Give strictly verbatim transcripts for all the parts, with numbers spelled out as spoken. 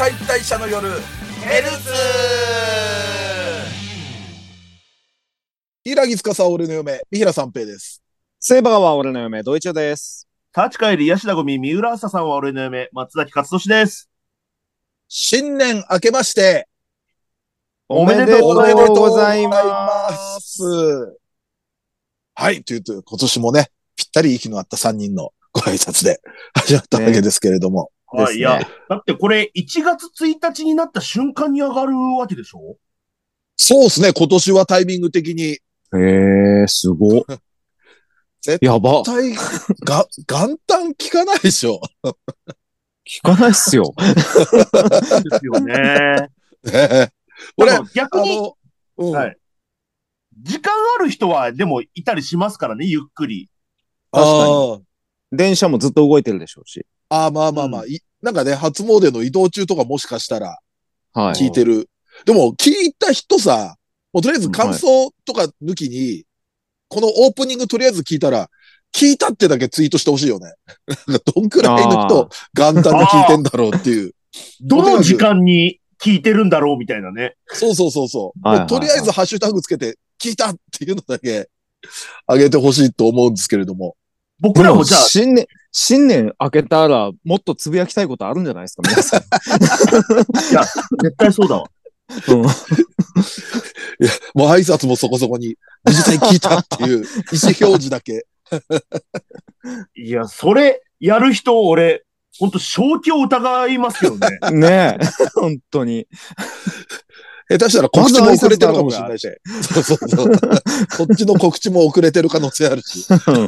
解体者の夜ヘルツ柊司は俺の嫁、三平三平です。 セイバーは俺の嫁、ドイチューです。 立川入ヤシダゴミ、三浦朝さんは俺の嫁、松崎勝利です。 新年明けまして、 おめでとうございます。 はい、というと、今年もね、ぴったり息の合ったさんにんのご挨拶で始まったわけですけれども。 ね、はい、ね、いや、だってこれいちがつついたちになった瞬間に上がるわけでしょ？ そうですね、今年はタイミング的に。 へえ、すごっ。 絶対、やば。が、元旦聞かないでしょ。 聞かないっすよ。 ですよね。 ね俺、逆に、 うん、 はい。時間ある人はでもいたりしますからね、ゆっくり。 確かに。電車もずっと動いてるでしょうし。 ああ、まあまあまあ、うん、なんかね、初詣の移動中とかもしかしたら、聞いてる。はい、でも、聞いた人さ、もうとりあえず感想とか抜きに、はい、このオープニングとりあえず聞いたら、聞いたってだけツイートしてほしいよね。なんかどんくらいの人、元旦に聞いてんだろうっていう。 どの時間に聞いてるんだろうみたいなね。 そうそうそうそう。もうとりあえずハッシュタグつけて、聞いたっていうのだけ上げてほしいと思うんですけれども。 僕らもじゃあ、新年、新年明けたらもっとつぶやきたいことあるんじゃないですか、皆さん。 いや、絶対そうだわ。 うん、いや、もう挨拶もそこそこに、実際聞いたっていう意思表示だけ。 いや、それやる人、俺、ほんと正気を疑いますよね。 ねえ、本当に。 下手したら告知も遅れてるかもしれないし。そうそうそう。こっちの告知も遅れてる可能性あるし。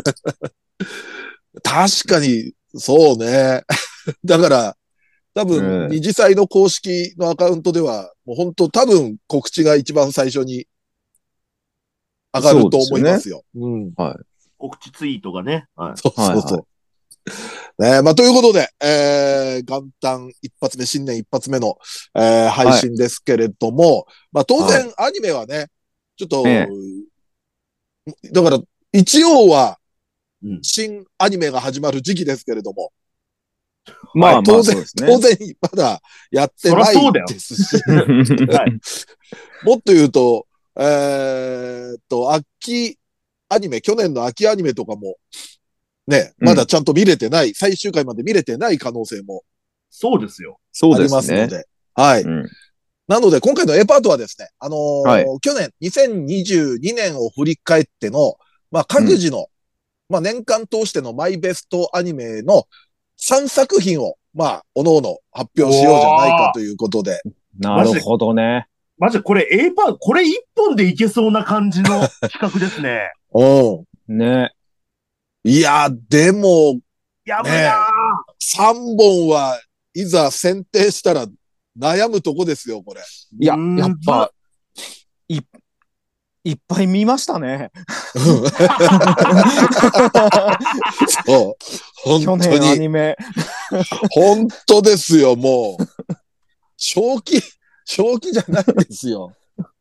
確かに、そうね。だから、多分、二次祭の公式のアカウントでは、もう本当多分告知が一番最初に上がると思いますよ。 うすね、うん。はい。 告知ツイートがね。 はい、そうそうそう。はいはい、ねまあ、ということで、えー、元旦一発目、新年一発目の、えー、配信ですけれども、はい、まあ当然、はい、アニメはね、ちょっと、ええ、だから、一応は、新アニメが始まる時期ですけれども、まあ、当然、まあね、当然、まだやってないですし、はい、もっと言うと、えー、っと、秋アニメ、去年の秋アニメとかも、ね、まだちゃんと見れてない、うん、最終回まで見れてない可能性も、 そうですよ。 ありますので、はい。うん、なので、今回の A パートはですね、あのーはい、去年、にせんにじゅうにねんを振り返っての、まあ、各自の、うん、まあ、年間通してのマイベストアニメのさんさく品を、まあ、おのおの発表しようじゃないかということで。 なるほどね。 マジでこれ A パート、これ一本でいけそうな感じの企画ですね。 うん。 ね。 いや、でも、 やばいな、ね、 さんぼんはいざ選定したら悩むとこですよ、これ。 いや、やっぱ、い、いっぱい見ましたね。 そう。本当に。 去年アニメ。 本当ですよ、もう。正気、正気じゃないですよ。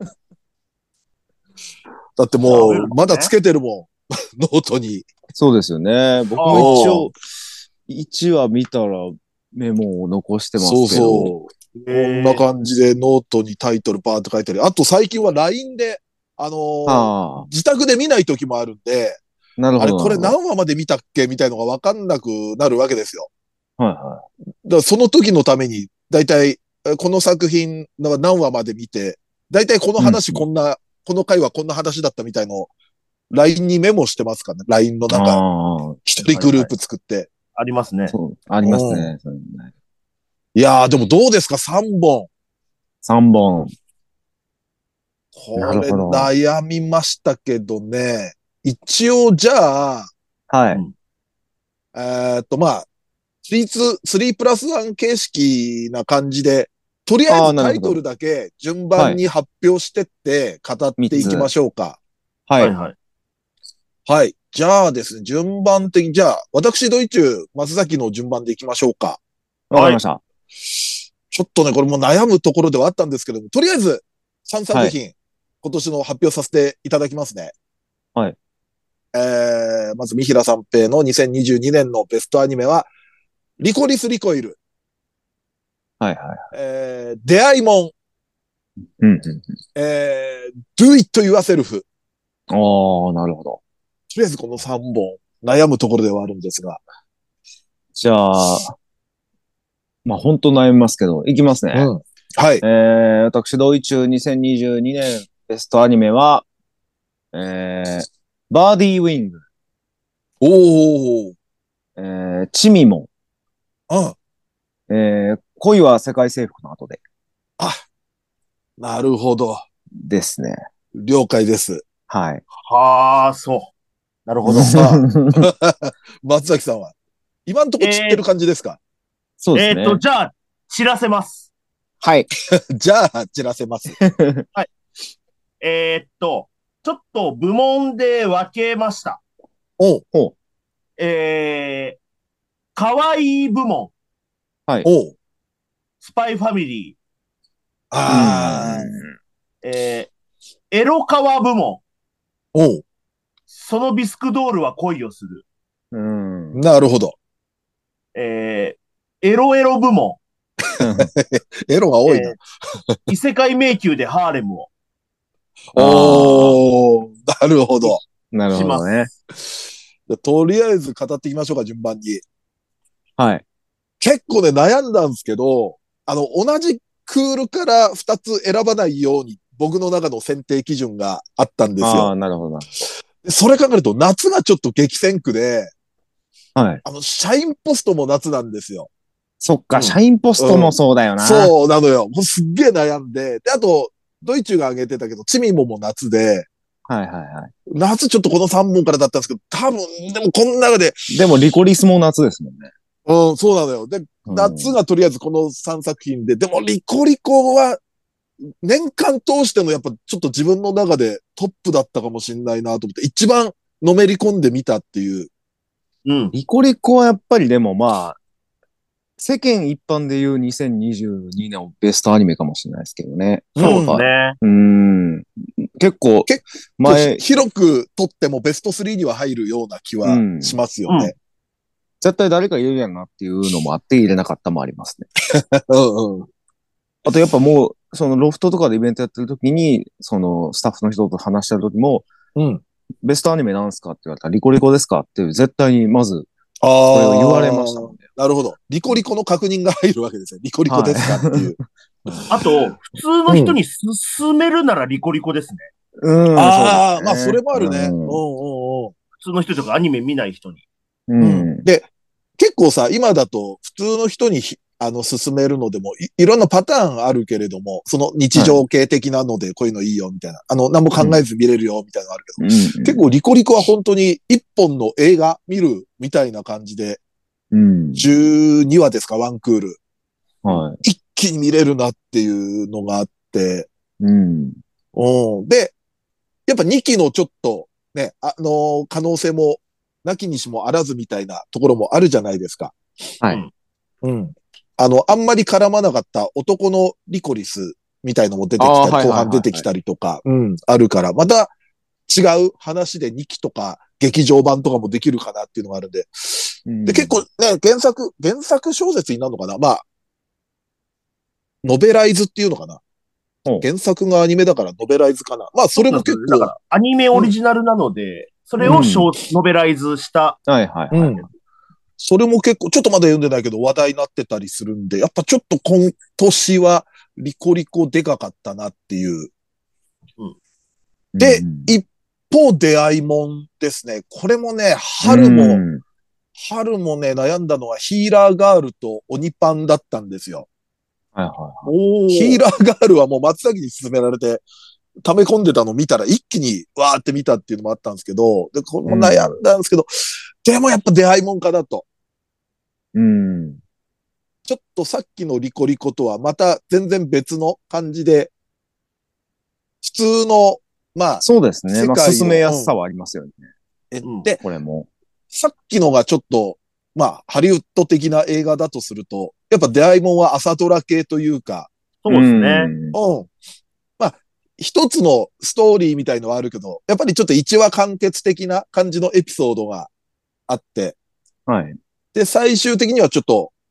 だってもう、まだつけてるもん。ノートに。 そうですよね。僕も一応、いちわ見たらメモを残してますけど。そうそう。 こんな感じでノートにタイトルバーって書いてある。あと最近は ライン で、あのー、自宅で見ない時もあるんで、 なるほど。 あれ、これ何話まで見たっけみたいのがわかんなくなるわけですよ。 はいはい。 だからその時のために、だいたいこの作品の何話まで見て、だいたいこの話こんな、うん、この回はこんな話だったみたいのを ライン にメモしてますかね。ライン のなんか、一人グループ作って。はいはい、 ありますね。 そう、ありますね。うん、 いやー、でもどうですか ?さん 本。 さんぼん。 これ悩みましたけどね。一応じゃあ、 はい。 えー、っと、まあ、スリープラスワン形式な感じで、とりあえずタイトルだけ順番に発表してって語っていきましょうか。 はい。はい。 はい。じゃあですね、順番的に、じゃあ、私ドイチュー、松崎の順番でいきましょうか。 わかりました。 ちょっとね、これも悩むところではあったんですけども、とりあえずさんさく品、はい、今年の発表させていただきますね。 はい。 えー、まず、三平三平のにせんにじゅうにねんのベストアニメは、リコリスリコイル。 はいはい。 えー、出会いもん、 うんうんえー、do it yourself。 うん。ああ、なるほど。 とりあえずこのさんぼん悩むところではあるんですが。 じゃあ、まあ本当悩みますけど、いきますね。 うん。はい。 えー、私、同意中にせんにじゅうにねんベストアニメは、えー、バーディーウィング、 おー。 えー、チミモあ、 ン、えー、恋は世界征服の後で、 あ、なるほど。 ですね。 了解です。 はい。 はあ、そう。なるほど。 さあ、松崎さんは、今んとこ知ってるえー、 感じですか？ えーっと、 そうですね。 じゃあ、知らせます。 はい。 じゃあ、散らせます。 はい。えーっと、ちょっと部門で分けました。 おう、 ほう。 えー、可愛い部門、 はい。 おう。 スパイファミリうあー、 ん。 ー、えー、エロカワ部門、 おう。 そのビスクドールは恋をする。 うん。 なるほど。 えー、エロエロ部門、 エロが多いな。 えー、異世界迷宮でハーレムをああ、 おー、なるほにど。 なるしほどね。 ます。 じゃあとりあえず語っていきましょうか、順番に。 はい。 結構ね、悩んだんですけど、あの、同じクールからふたつ選ばないように、僕の中の選定基準があったんですよ。 ああ、なるほどな。 でそれ考えると、夏がちょっと激戦区で、 はい。 あの、シャインポストも夏なんですよ。 そっか、 うん。 社員ポストうん。 もそうだよな。 そうなのよ。もうすっげえ悩んで、で、あと、ドイツが挙げてたけど、チミモも夏で、 はいはいはい。 夏ちょっとこのさんぼんからだったんですけど、多分、でもこの中で、 でも、リコリスも夏ですもんね。 うん、そうなのよ。で、 うん。 夏がとりあえずこのさんさく品で、でもリコリコは年間通してのやっぱちょっと自分の中でトップだったかもしれないなと思って、一番のめり込んでみたっていう。 うん。 リコリコはやっぱりでもまあ、世間一般で言うにせんにじゅうにねんをベストアニメかもしれないですけどね。 うそうですん。 ね。 うーん。結構、 結構前、 広く取ってもベストスリーには入るような気はしうん。 ますよね。 うん。 絶対誰かいるやんなっていうのもあって入れなかったもありますね。 うんうん。 あとやっぱもう、そのロフトとかでイベントやってる時に、そのスタッフの人と話してる時も、 うん。 ベストアニメなんすかって言われたら、リコリコですかっていう、絶対にまず、 あそれを言われましたもんあ、 ね。 なるほど。リコリコの確認が入るわけですね。リコリコはい。 ですかっていう。 あと、普通のうん。 人に勧めるならリコリコですね。 うん、そうですああ、まあそれね。 もあるね。ううん。 んうん普通の人とかアニメ見ない人に。 うん。うん。 うん。 で、結構さ、今だと普通の人にひあの、勧めるのでもい、いろんなパターンあるけれども、その日はい。 常系的なのでこういうのいいよ、みたいな。あの、何も考うん。 えず見れるよ、みたいなのあるけど、 うん。 結構リコリコは本当に一本の映画見るみたいな感じで、 うん。 じゅうにわですか、ワンクール。 は一気に見れるなっていうのがあって、 い。うん。 うん。で、やっぱにきのちょっと、ね、あのー可能性も、なきにしもあらずみたいなところもあるじゃないですか。 はい。 うん。 うん。あの、あんまり絡まなかった男のリコリスみたいのも出ああ、 てきたり、 はい後はいはいはい。 半出てきたりとか、うん、あるから、また違う話でにきとか劇場版とかもできるかなっていうのがあるんで。で、結うん。 構ね、原作、原作小説になるのかな、まあ、ノベライズっていうのかな。 ほ原作がアニメだからノベライズかな。まあ、それそうなんですよ。だかも結構、 ら、アニメオリうん、 ジナルなので、それう。うん。 をショーノベライズしたはいはいはい。 うん。それも結構、ちょっとまだ読んでないけど話題になってたりするんで、やっぱちょっと今年はリコリコでかかったなっていう。 うん。 で、 うん。 一方出会いもんですね。これもね、 う春も、 ん。 春もね、悩んだのはヒーラーガールと鬼パンだったんですよ。 はいはおー。 ヒーラーガールはもう松崎に勧められて、溜め込んでたのを見たら一気にわーって見たっていうのもあったんですけど、で、これも悩んだんですけど、でもやっぱ出会いもんかなと。 い。うん。 ちょっとさっきのリコリコとはまた全然別の感じで、普通の、まあ、 そうですね。まあ、 世界を、 進めやすうん。 さはありますよね。 えうん。 で、 これも。 さっきのがちょっと、まあ、ハリウッド的な映画だとすると、やっぱ出会いもんは朝ドラ系というか、 そうですね。 うん。 うん。まあ、一つのストーリーみたいのはあるけど、やっぱりちょっと一話完結的な感じのエピソードがあって、 はい。 で、最終的にはちょっと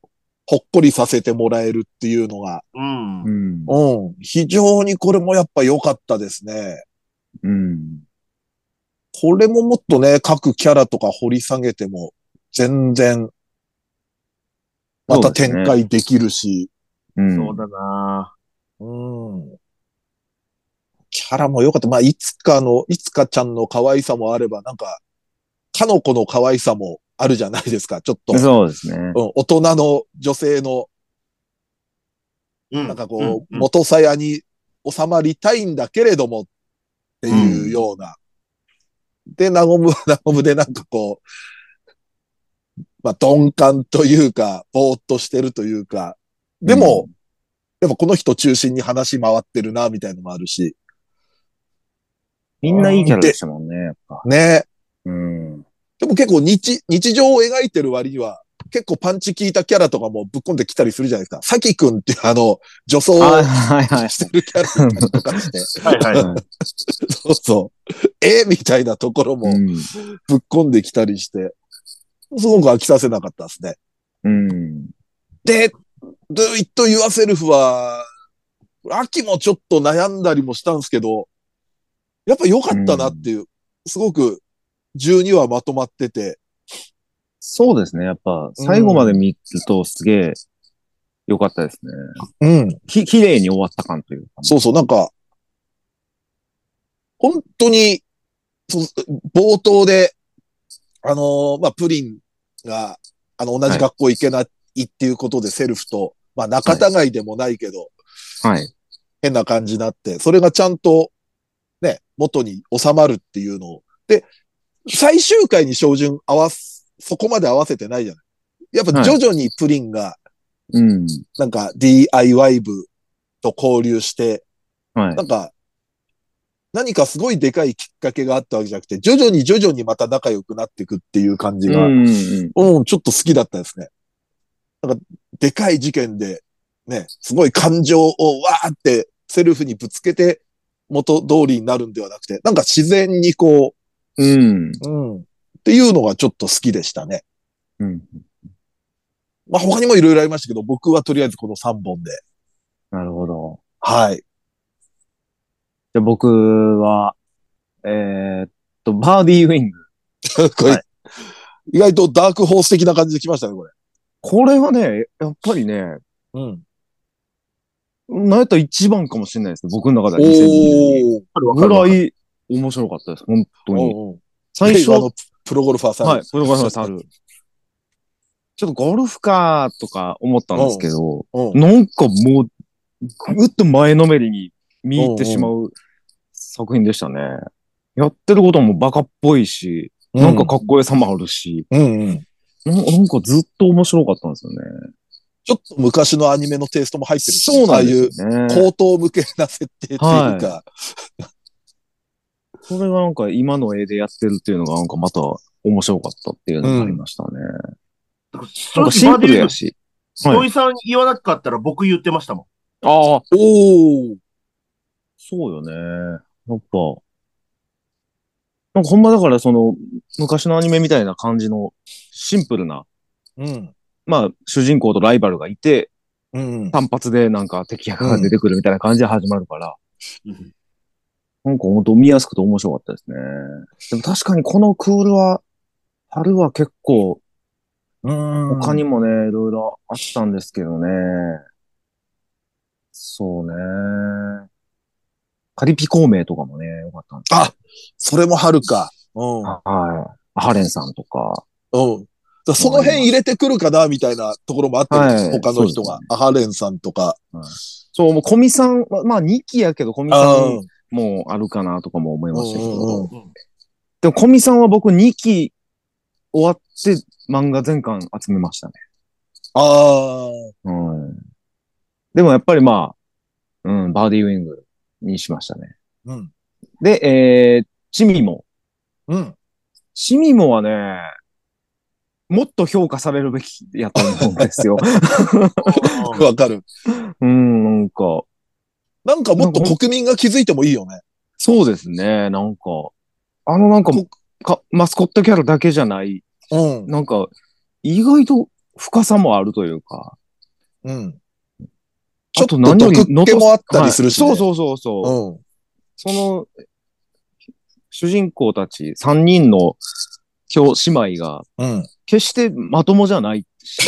ほっこりさせてもらえるっていうのが、 うん。 うん。 うん。非常にこれもやっぱ良かったですね。 うん。 これももっとね、各キャラとか掘り下げても、全然、また展開できるし、 うん。 そうだなうん。キャラも良かった。まあ、いつかの、いつかちゃんの可愛さもあれば、なんか、かの子の可愛さもあるじゃないですか。ちょっと、 そうですね。 うん、大人の女性の、 うん。 なんかこう、 うん元さやに収まりたいんだけれどもっていうような。で、なごむ、なごむでなんかこう、まあ、鈍感というか、ぼーっとしてるというか、でも、 うんやっぱこの人中心に話回ってるな、みたいなのもあるし。 みんないいキャラででしたもんね、やっぱ。 ね。 うん。 でも結構日、日常を描いてる割には、結構パンチ効いたキャラとかもぶっ込んできたりするじゃないですか。さきくんっていうあの、女装はいはいはい。 してるキャラいたりとかして。 はいはいはい。 そうそう。えみたいなところもうん。 ぶっ込んできたりして、すごく飽きさせなかったですね。 うん。 で、ドゥイット・ユアセルフは、秋もちょっと悩んだりもしたんですけど、やっぱ良かったなっていう、すごくじゅうにわまとまってて、 そうですね。やっぱ、最後まで見るとすげえ良かったですね。 うん。 き、綺麗に終わった感というか。 そうそう、なんか、本当に、そう冒頭で、あのーまあ、プリンが、あの、同じ学校行けないっていうことでセルフと、まあ、仲違いでもないけど、 はい。 変な感じになって、それがちゃんと、ね、元に収まるっていうのを。で、最終回に照準合わす、そこまで合わせてないじゃない。やっぱ徐々にプリンが、 うん。 なんか ディーアイワイ 部と交流して、 はいな。んか、何かすごいでかいきっかけがあったわけじゃなくて、徐々に徐々にまた仲良くなっていくっていう感じが、 うんうんうん。 うん、ちょっと好きだったですね。なんか、でかい事件で、ね、すごい感情をわーってセルフにぶつけて元通りになるんではなくて、なんか自然にこうん。 う、うん、っていうのがちょっと好きでしたね。 うん。 まあ他にもいろいろありましたけど、僕はとりあえずこのさんぼんで。 なるほど。 はい。 じゃあ僕は、えーっと、バーディーウィング。 これ、 はい意外とダークホース的な感じで来ましたね、これ。 これはね、やっぱりね、 うん。 なんやったら一番かもしれないですね。僕の中ではおにせんにじゅうにー。 ぐらい面白かったです。本当に。 うんうん。 最初、 令和のプロゴルファーさん。 はい、プロゴルファーサル。ちょっとゴルフかとか思ったんですけど、 うん。 なんかもう、ぐっと前のめりに見入ってしまう作品でしたね。やってることもバカっぽいし、なんかかっこよさもあるし、 うんうん。 ななんかずっと面白かったんですよね。 ちょっと昔のアニメのテイストも入ってるし、 そうなんですよああいうね。 高等向けな設定っていうか、 それがなんか今の絵でやってるっていうのがなんかまた面白かったっていうのがありましたね。なんかシンプルやし。 土井さん言わなかったら僕言ってましたもん。 ああ、 おー。 そうよね。やっぱ、なんかほんまだからその昔のアニメみたいな感じのシンプルな、 うん。 まあ主人公とライバルがいて、 うん。 単発でなんか敵役が出てくるみたいな感じで始まるから、 うんなんか本当見やすくて面白かったですね。でも確かにこのクールは、春は結構うん。 他にもね、いろいろあったんですけどね。そうね。カリピ孔明とかもね、よかったんですあ、それも春か。うん。 はい。ハレンさんとか。 うん。だその辺入れてくるかな、みたいなところもあったり、 はい他の人が。 そうですねアハレンさんとか。 はいそう、もうコミさん、ままあにきやけどコミさあんもあるかなとかも思いましたけうんうんど。 うんでもコミさんは僕にき終わって漫画全巻集めましたね。 ああ。 うん。でもやっぱりまあ、うん、バーディーウィングにしましたね。 うん。 で、えー、チミモ。 うん。 チミモはね、もっと評価されるべきやと思うんですよ。 わかる。 うん、なんか、 なんかもっと国民が気づいてもいいよね。 そうですね、なんか、あのなんか、かマスコットキャラだけじゃない、 うん。 なんか、意外と深さもあるというか、 うん。ちょっとあと何より毒っ気もあったりするし、ねはいそうそうそうそう。 うん。 その、主人公たちさんにんの兄姉妹が、 うん。 決してまともじゃないし。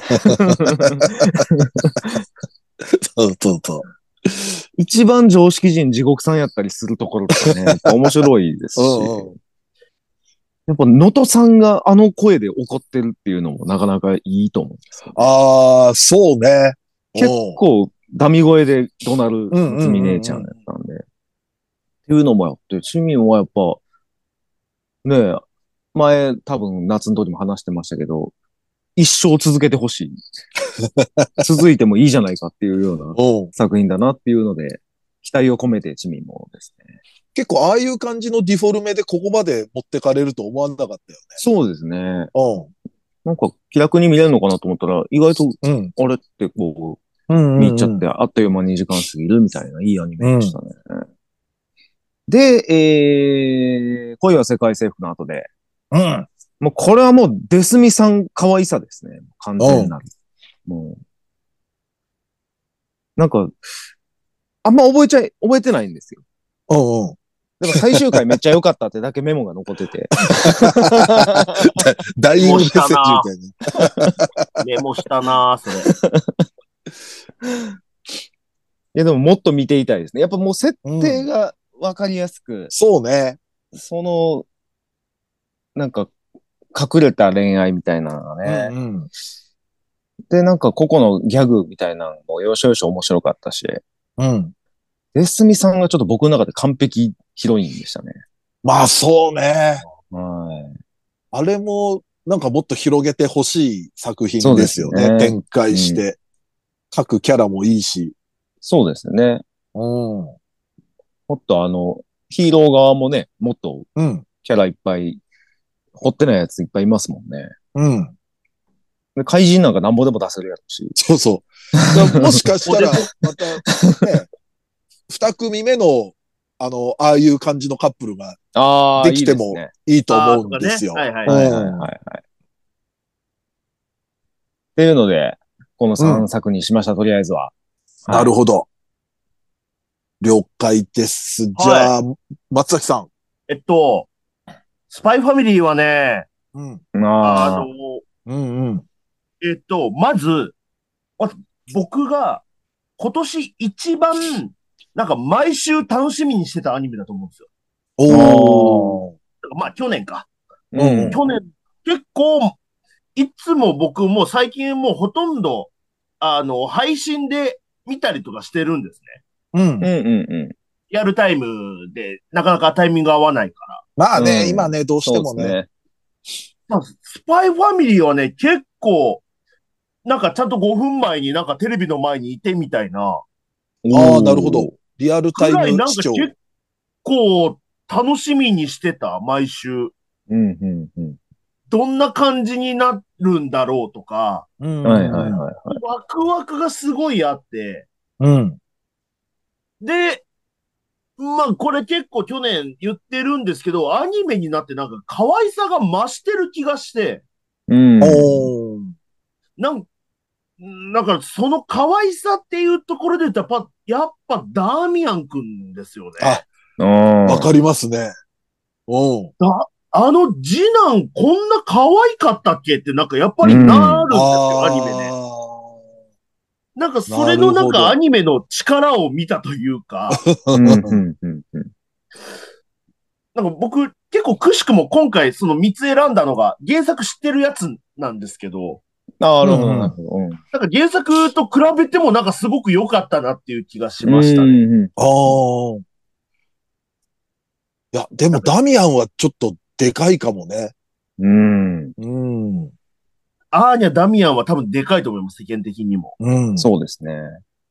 そうそうそう。 一番常識人地獄さんやったりするところとかね、やっぱ面白いですし。 うんうんやっぱ能登さんがあの声で怒ってるっていうのもなかなかいいと思うんですよね。 ああ、そうね。 結構ダミ声で怒鳴るうん夏美姉ちゃんだったんで。っていうのもやって、市民はやっぱ、ねえ、前多分夏の時も話してましたけど、一生続けてほしい。続いてもいいじゃないかっていうようなうん。 作品だなっていうので、期待を込めて市民もですね。 結構ああいう感じのディフォルメでここまで持ってかれると思わなかったよそうですね。 ね。 なんか気楽に見れるのかなと思ったら、意外と、 うん。うん。 あれってこうんうんうんう、見入っちゃって、あっという間に時間過ぎるみたいないいアニメでしたね。で、えー、恋は世界征服の後で、 うん。 もうこれはもうデスミさん可愛さですね。完全なる。もう。なんか、あんま覚えちゃい、覚えてないんですよ。 うんうん。 でも最終回めっちゃ良かったってだけメモが残ってて。 ダイイングメッセージみたいな。 メモしたなそれ。 いやでももっと見ていたいですね。やっぱもう設定がわかりやすく、 そうね。 その、なんか隠れた恋愛みたいなのがうね。 んうん。 で、なんか個々のギャグみたいなのもよしよし面白かったし、 うん。 デスミさんがちょっと僕の中で完璧ヒロインでしたね。 まあそうね。 はい。 あれも、なんかもっと広げてほしい作品ですよね。 そうですね展開して。各キャラもいいし。 そうですね。 うん。 もっとあの、ヒーロー側もね、もっとうん。 キャラいっぱい、掘ってないやついっぱいいますもんね。 うん。 で怪人なんかなんぼでも出せるやろし。 そうそう。だからもしかしたら、また、ね、二組目の、あの、ああいう感じのカップルがああ、 できてもいいですね。 いいと思うんですよ。 あーとかねはいはいうんはいはいはい。っていうので、このさんさくにしました、とりあえずは。ほなるほど。了解です。じゃあ、松崎さん。 えっと、スパイファミリーはね、 うん。 ど。 あのああ、、 うんうん。 えっと、まず、ま僕が今年一番、なんか毎週楽しみにしてたアニメだと思うんですよ。 おー。 だからまあ去年か。 うん去年、結構、いつも僕もう最近もうほとんど、あの、配信で見たりとかしてるんですね。 うん。 うんうんうリアルタイムで、なかなかタイミング合わないから。 ん。 まあね、 うん今ね、どうしてもそうでね。 すね。 まあ、スパイファミリーはね、結構、なんかちゃんとごふんまえになんかテレビの前にいてみたいな、 ああ、なるほど。リアルタイくらいム視聴。 なんか結構楽しみにしてた、毎週。 うんうんうん。 どんな感じになるんだろうとか、 うんはいはいはいはい。 ワクワクがすごいあって、 うん。 で、まあこれ結構去年言ってるんですけど、アニメになってなんか可愛さが増してる気がして、 うん。 おー。 なんなんかその可愛さっていうところで言うと、やっぱ、やっぱダーミアンくんですよね。 あ、 あわかりますね。おー。 だあの次男こんな可愛かったっけってなんかやっぱりなるんですよ、アニメで。なんかそれのなんかアニメの力を見たというか、 うんうんうんうん。 なんか僕結構くしくも今回そのみつ選んだのが原作知ってるやつなんですけど、 なるほどなるほど。うんなんか原作と比べてもなんかすごく良かったなっていう気がしましたね。 うんうんああ。いや、でもダミアンはちょっとでかいかもね。 うん。 うん。 アーニャ・ダミアンは多分でかいと思います、世間的にも。 うん。 そうですね。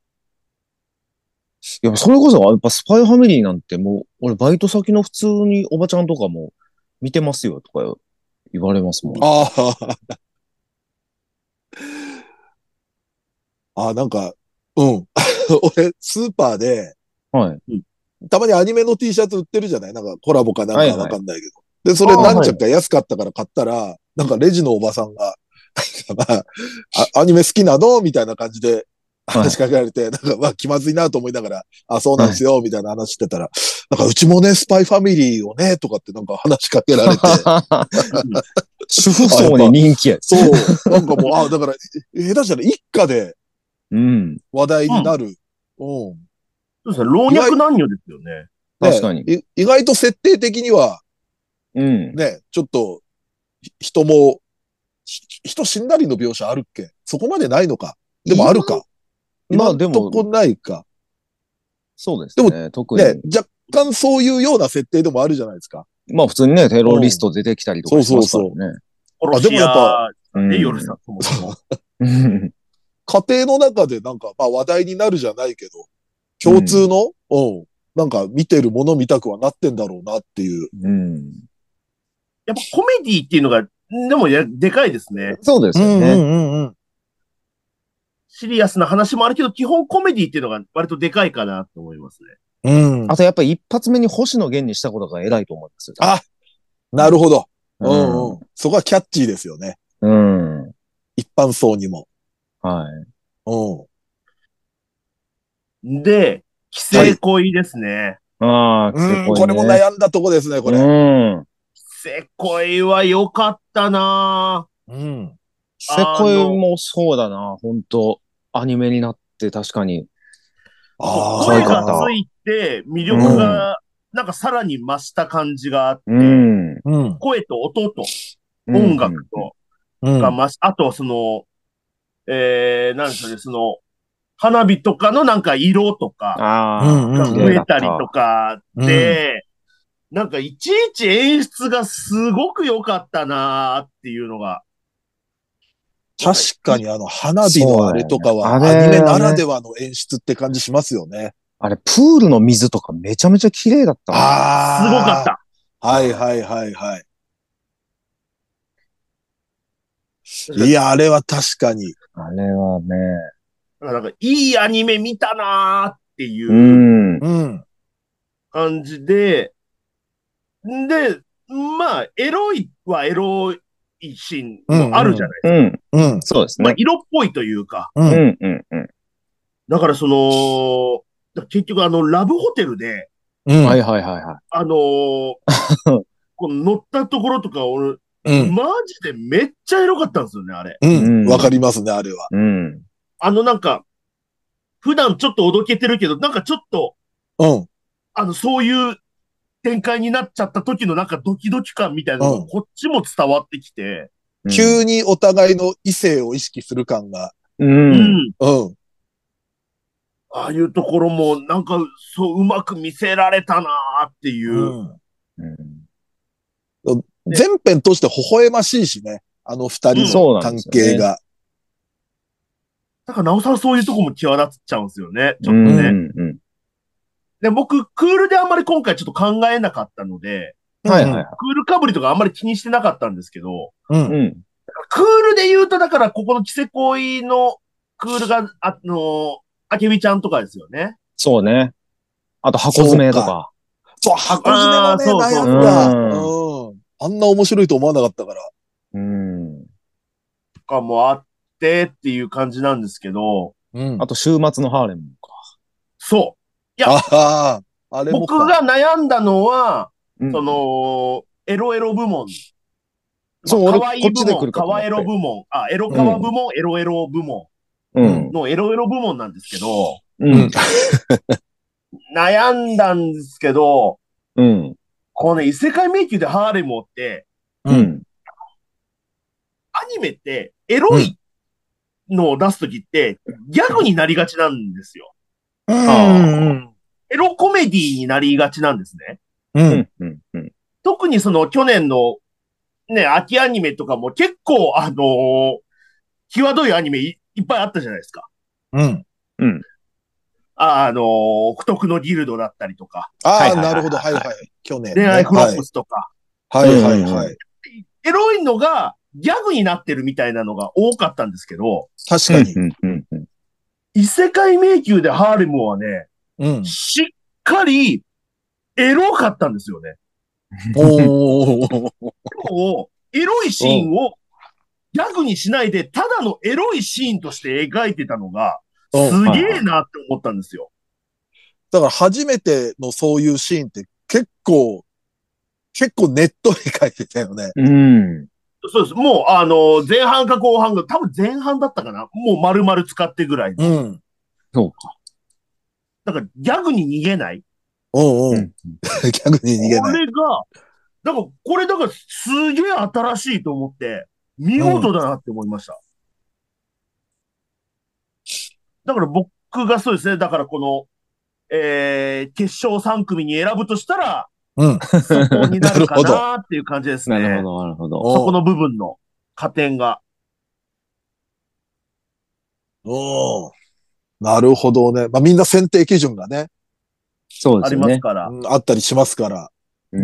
いや、それこそ、やっぱスパイファミリーなんてもう、俺バイト先の普通におばちゃんとかも見てますよとか言われますもん。 ああ。ああ、なんか、うん。俺、スーパーで、 はい。 たまにアニメの T シャツ売ってるじゃないなんかコラボかなんかわかんないけど。で、それあー何着か安かったから買ったら、なんかレジのおばさんが、 まあ、あアニメ好きなのみたいな感じで話しかけられて、はい、なんかまあ気まずいなと思いながら、あ、そうなんですよ、みたいな話してたら、なんかうちもね、スパイファミリーをね、とかってなんか話しかけられて。 主婦層に人気や。 そう。なんかもう、あ、だから、下手したら一家で話題になる。うん。うん、 そうですね。老若男女ですよね。 確かに、 ね。意外と設定的には、 うん。 ね、ちょっと、人も、人死んだりの描写あるっけ？そこまでないのか。でもあるか。 まあでも。 今んとこないか。 そうですね。でも特に。 ね、若干そういうような設定でもあるじゃないですか。 まあ普通にね、テロリスト出てきたりとかしますからね。そうそうそう。あ、でもやっぱ、 ね、夜さんとも。 家庭の中でなんか、まあ話題になるじゃないけど、共通の、うん、うん、なんか見てるもの見たくはなってんだろうなっていう。 うん。 やっぱコメディっていうのが、でもや、でかいですね。 そうですよね。うんうんうん。 シリアスな話もあるけど、基本コメディっていうのが割とでかいかなと思いますね。うん。あとやっぱり一発目に星野源にしたことが偉いと思いますよ。 あ、なるほど。うん、うん、うん。そこはキャッチーですよね。 うん。 一般層にも。 はい。 うん。で、規制恋ですね。 はい、ああ、規制恋、ね。 うん、これも悩んだとこですね、これ。うん。 規制恋は良かったなうん。 規制恋もそうだな、本当アニメになって確かに。 ああ。声がついて、魅力が、なんかさらに増した感じがあって、うんうん、声と音と、音楽と、が増し、あとその、えー、なんでしょうね、その、花火とかのなんか色とか、が増えたりとかで、なんかいちいち演出がすごく良かったなーっていうのが。 確かにあの花火のあれとかは、アニメならではの演出って感じしますよね。 あれ、プールの水とかめちゃめちゃ綺麗だったな。 ああ。 すごかった。 はいはいはいはい。いや、あれは確かに。 あれはね。 なんか、いいアニメ見たなーっていう感じで、んで、まあ、エロいはエロいシーンもあるじゃないですか。 うん、うん、うん、そうですね。 まあ、色っぽいというか。 うん、うん、うん。 だからその、結局あの、ラブホテルで、 うん、はいはいはいはい。 あのー、この乗ったところとか、俺、うん、マジでめっちゃエロかったんですよね、あれ。 うん、わかりますね、あれは。 うん。 あのなんか、普段ちょっとおどけてるけど、なんかちょっと、 うん。 あの、そういう展開になっちゃった時のなんかドキドキ感みたいなのがこっちも伝わってきて、 うん、急にお互いの異性を意識する感が。 うん。 うん。 ああいうところもなんかそううまく見せられたなーっていう。うんうん、全編として微笑ましいしね。あの二人の関係が。 だからなおさらそういうとこも際立っちゃうんですよね。ちょっとね。うんうん、で僕、クールであんまり今回ちょっと考えなかったので、 はいはいはい、 クールかぶりとかあんまり気にしてなかったんですけど、 うん、 クールで言うと、だからここのキセ恋のクールが、あの、あけみちゃんとかですよね。 そうね。あと箱詰めとか。 そう、箱詰めもね、悩んだ。うん。あんな面白いと思わなかったから。 うん。 とかもあってっていう感じなんですけど。 うん。あと週末のハーレムか。 そう。いや、 ああれも僕が悩んだのは、うん、その、エロエロ部門。 そう、 まあ、可愛い部門、 可可エロ部門、あ、エロカワ部門、うん、エロエロ部門のエロエロ部門なんですけど、 うん、 悩んだんですけど、 うん、 このね、異世界迷宮でハーレムって、 うん、 アニメってエロいのを出すときって、ギャグになりがちなんですよ。 うん、 エロコメディになりがちなんですね。 うんうんうん、 特にその去年のね、秋アニメとかも結構あのー、際どいアニメ い, いっぱいあったじゃないですか。 うん。 うん。 あ、あのー、不徳のギルドだったりとか。 ああ、なるほど。はいはい。去年、ね。 恋愛フロップスとか。 はいはいはい。 エロいのがギャグになってるみたいなのが多かったんですけど。 確かに。 うんうんうん、 異世界迷宮でハーレムはね、 うん、 しっかりエロかったんですよね。 おー。 エロいシーンをギャグにしないで、ただのエロいシーンとして描いてたのが、すげえなって思ったんですよ。 だから初めてのそういうシーンって結構、結構ネットに書いてたよね。 うん。 そうです。もう、あの、前半か後半が、多分前半だったかな。もう丸々使ってぐらいの。 うん。 そうか。 だからギャグに逃げない。 うんうん。ギャグに逃げない。 これが、だから、これだからすげえ新しいと思って、見事だなって思いました。うん、だから僕がそうですね、だからこの、えー、決勝さん組に選ぶとしたら、 うん。 そこになるかなっていう感じですね。 なるほど、なるほど。 そこの部分の加点が。 おー。なるほどね。まあみんな選定基準がね。 そうですね。 ありますから、 うん。あったりしますから。 うん。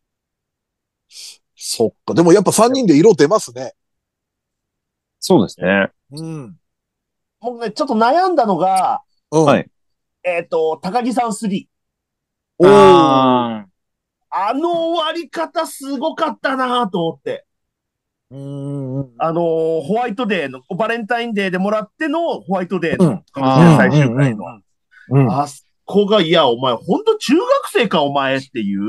そっか。でもやっぱさんにんで色出ますね。 そうですね。 うん。 僕ね、ちょっと悩んだのが、 うん。 はい。 えっ、ー、と、高木さんスリー。 おー。 ああの終わり方すごかったなと思って。 うん。 あのー、ホワイトデーの、バレンタインデーでもらってのホワイトデーの、 あ最終回の。 うん。 あそこが、いや、お前、ほんと中学生か、お前っていう。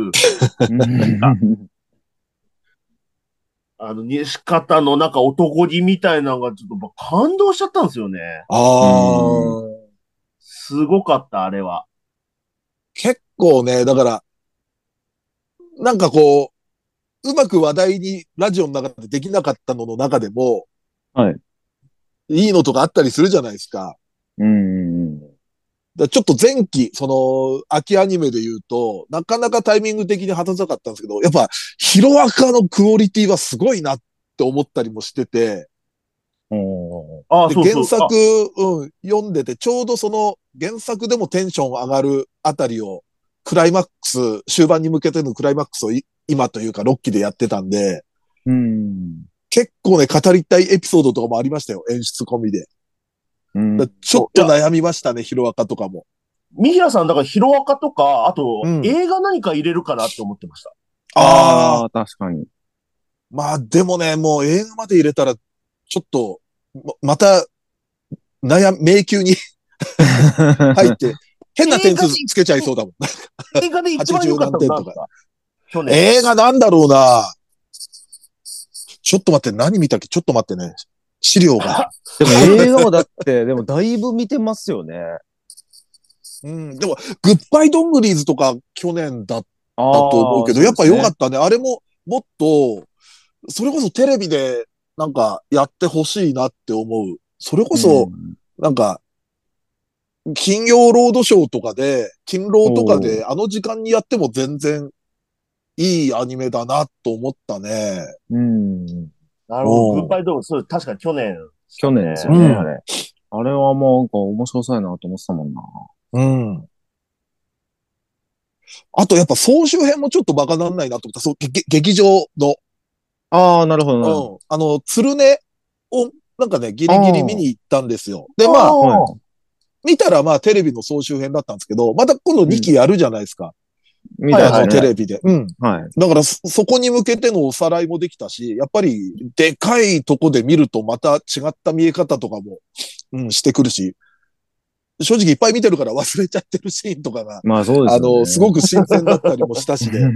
あの、西方のなんか男気みたいなのがちょっと感動しちゃったんですよね。 ああ。 すごかった、あれは。 結構ね、だから、なんかこう、うまく話題にラジオの中でできなかったのの中でも、 はい。 いいのとかあったりするじゃないですか。 うん。 だちょっと前期、その、秋アニメで言うと、なかなかタイミング的に果たせなかったんですけど、やっぱ、ヒロアカのクオリティはすごいなって思ったりもしてて、 あで、原作、うん、読んでて、ちょうどその原作でもテンション上がるあたりを、クライマックス、終盤に向けてのクライマックスを今というかろっきでやってたんで、 うん。 結構ね、語りたいエピソードとかもありましたよ、演出込みで。うん、ちょっと悩みましたね、ヒロアカとかも。 ミヒラさん、だからヒロアカとか、あと、うん、映画何か入れるかなって思ってました。 ああ、確かに。 まあ、でもね、もう映画まで入れたら、ちょっと、ま、また、悩、迷宮に入って、変な点数つけちゃいそうだもん。 映画で一番良かったのなんですか？ 去年。映画なんだろうな。ちょっと待って、何見たっけ？ちょっと待ってね。資料が。 でも映画はだって、でもだいぶ見てますよね。 うん。でも、グッバイドングリーズとか去年だったと思うけど、やっぱ良かったね。あれも、もっと、それこそテレビでなんかやってほしいなって思う。それこそ、なんか、金曜ロードショーとかで、金ローとかであの時間にやっても全然いいアニメだなと思ったね。 うん。 なるほど。グッバイドーム、そう、確かに去年、ね。 去年ですよね、うん、あれ。あれはもうなんか面白そうやなと思ってたもんな。 うん。あとやっぱ総集編もちょっとバカなんないなと思った。そう、劇場の。 ああ、なるほど、なるほど。 うん。あの、鶴音をなんかね、ギリギリ見に行ったんですよ。で、まあ、はい、見たらまあテレビの総集編だったんですけど、また今度にきやるじゃないですか。うん、見た、はい、テレビで。うん。はい。だからそ、そこに向けてのおさらいもできたし、やっぱりでかいとこで見るとまた違った見え方とかも、うん、してくるし、正直いっぱい見てるから忘れちゃってるシーンとかが、 まあそうですね。 あの、すごく新鮮だったりもしたしで、うん。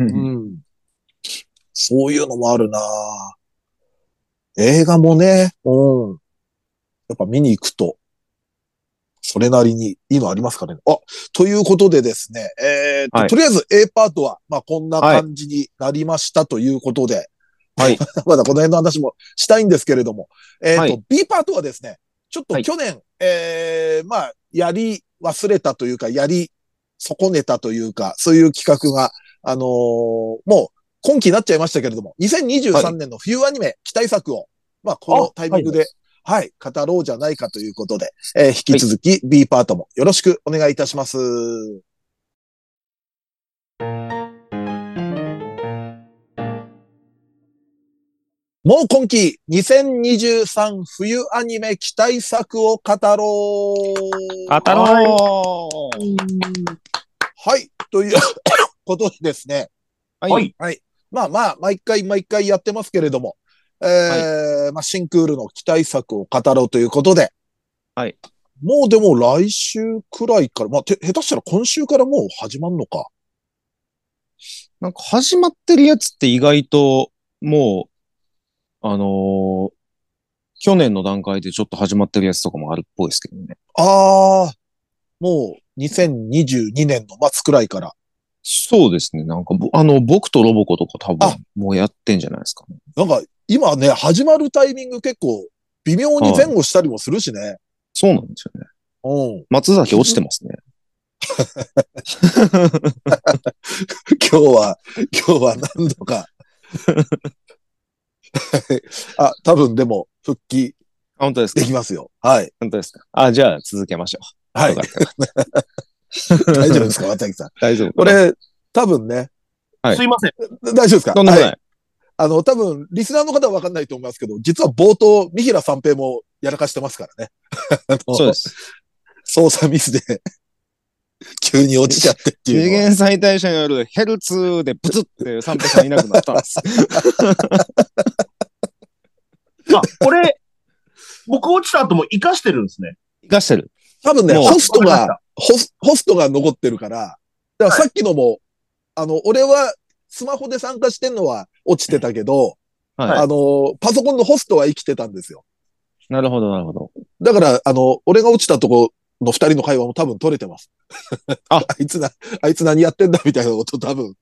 そういうのもあるな映画もね、うん。やっぱ見に行くと、それなりにいいのありますかね。あ、ということでですね、えー、っと、はい、とりあえず A パートは、まあこんな感じになりましたということで、はい。まだこの辺の話もしたいんですけれども、えー、っと、はい、B パートはですね、ちょっと去年、はい、えー、まあ、やり忘れたというか、やり損ねたというか、そういう企画が、あのー、もう今期になっちゃいましたけれども、にせんにじゅうさんねんの冬アニメ期待作を、まあ、このタイミングで、はい、語ろうじゃないかということで、えー、引き続き B パートもよろしくお願いいたします。もう今期にせんにじゅうさん冬アニメ期待作を語ろう。 語ろう。 はい。ということでですね。 はい。 はい。まあまあ、毎回毎回やってますけれども、 えー、はい、まあ、新クールの期待作を語ろうということで。 はい。 もうでも来週くらいから、まあ、て、下手したら今週からもう始まるのか。 なんか始まってるやつって意外と、もう、あのー、去年の段階でちょっと始まってるやつとかもあるっぽいですけどね。 ああ、もうにせんにじゅうにねんの末くらいから。 そうですね。なんか、あの、僕とロボコとか多分、もうやってんじゃないですかね。 なんか、今ね、始まるタイミング結構、微妙に前後したりもするしね。はい、 そうなんですよね。 うん。 松崎落ちてますね。 今日は、今日は何度か。あ、多分でも、復帰。 本当ですか？ できますよ。はい。 本当ですか？あ、じゃあ続けましょう。はい。大丈夫ですか、松崎さん。 大丈夫。 これ、多分ね。 はい。すいません。 大丈夫ですか？ とんでもない。はい、 あの、多分、リスナーの方はわかんないと思いますけど、実は冒頭、三平三平もやらかしてますからね。 そうです。 操作ミスで急に落ちちゃってっていう。 次元最大者によるヘルツでブツって三平さんいなくなったんです。 あ、これ、僕落ちた後も活かしてるんですね。 活かしてる。 多分ね、ホストが、ホス、ホストが残ってるから、だからさっきのも、はい、あの、俺はスマホで参加してんのは落ちてたけど、はい、あの、パソコンのホストは生きてたんですよ。 なるほど、なるほど。 だから、あの、俺が落ちたとこの二人の会話も多分取れてます。あ、あいつな、あいつ何やってんだみたいなこと多分。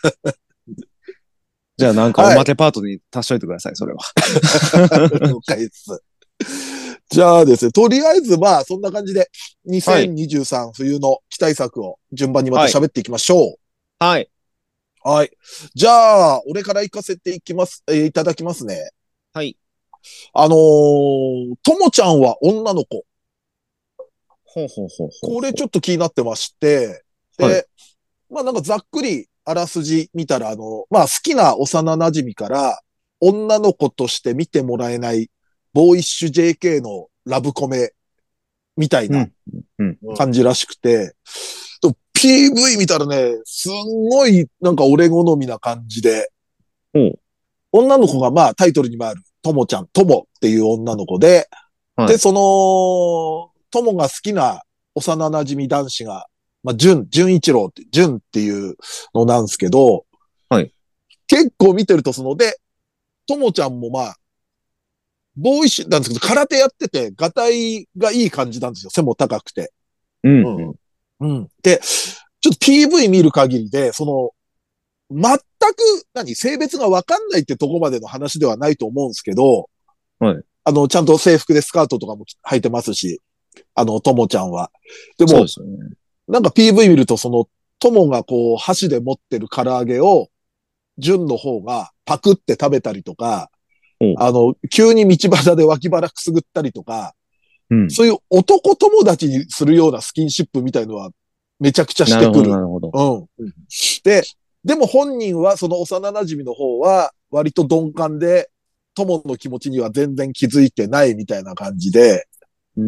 じゃあなんかおまけパートに足しといてください、それは。 了解です。じゃあですね、とりあえずまあそんな感じでにせんにじゅうさん冬の期待作を順番にまた喋っていきましょう。 はい。 はい。じゃあ、俺から行かせていきます、えー、いただきますね。 はい。 あのー、ともちゃんは女の子。 ほうほうほうほう。これちょっと気になってまして、で、はい、まあなんかざっくりあらすじ見たら、あの、まあ好きな幼馴染から女の子として見てもらえないボーイッシュ ジェーケー のラブコメみたいな感じらしくて、うんうん、ピーブイ 見たらね、すんごいなんか俺好みな感じで、うん、女の子がまあタイトルにもあるともちゃん、ともっていう女の子で、はい、で、その、ともが好きな幼馴染男子が、まあ、純、純一郎って、純っていうのなんですけど、 はい。 結構見てるとその、で、ともちゃんもまあ、ボーイッシュなんですけど、空手やってて、ガタイがいい感じなんですよ。背も高くて。 うん、うん。 うん。で、ちょっと ピーブイ 見る限りで、その、全く、何、性別がわかんないってとこまでの話ではないと思うんですけど、 はい。 あの、ちゃんと制服でスカートとかも履いてますし、あの、ともちゃんは。でも、そうですよね。なんか ピーブイ 見ると、その、ともがこう、箸で持ってる唐揚げを、純の方がパクって食べたりとか、あの、急に道端で脇腹くすぐったりとか、うん、そういう男友達にするようなスキンシップみたいのはめちゃくちゃしてくる。 なるほど。なるほど。 うん。で、でも本人はその幼馴染の方は割と鈍感で、友の気持ちには全然気づいてないみたいな感じで、 うん、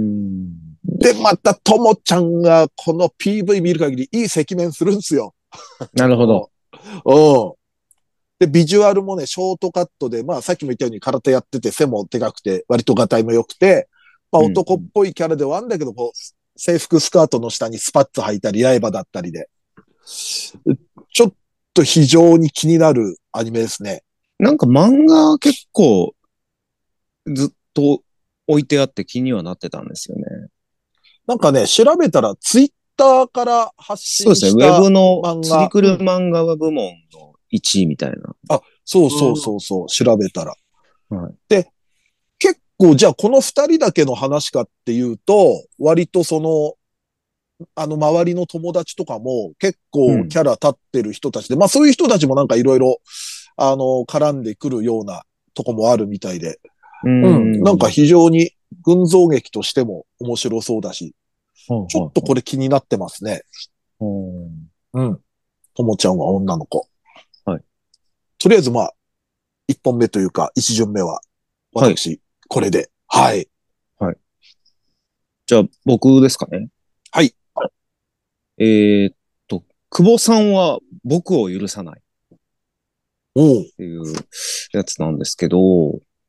で、また友ちゃんがこの ピーブイ 見る限りいい赤面するんですよ。 なるほど。 うん。で、ビジュアルもね、ショートカットで、まあさっきも言ったように空手やってて背もでかくて、割とガタイも良くて、まあ男っぽいキャラではあるんだけど、こう、制服スカートの下にスパッツ履いたり、刃だったりで。ちょっと非常に気になるアニメですね。 なんか漫画結構ずっと置いてあって気にはなってたんですよね。 なんかね、調べたらツイッターから発信した漫画。そうですね、 ウェブのツリクル漫画部門のいちいみたいな。 あ、そうそうそうそう、うん、調べたら。はい、で、結構じゃあこの二人だけの話かっていうと、割とその、あの周りの友達とかも結構キャラ立ってる人たちで、うん、まあそういう人たちもなんかいろいろ、あの、絡んでくるようなとこもあるみたいで、うん、うん、なんか非常に群像劇としても面白そうだし、うん、ちょっとこれ気になってますね。うん。うん。ともちゃんは女の子。 はい。 とりあえずまあ、一本目というか、一巡目は、私、はい、これで。はい。 はい。じゃあ、僕ですかね。 はい。 えー、っと、久保さんは僕を許さない。 おう。 っていうやつなんですけど、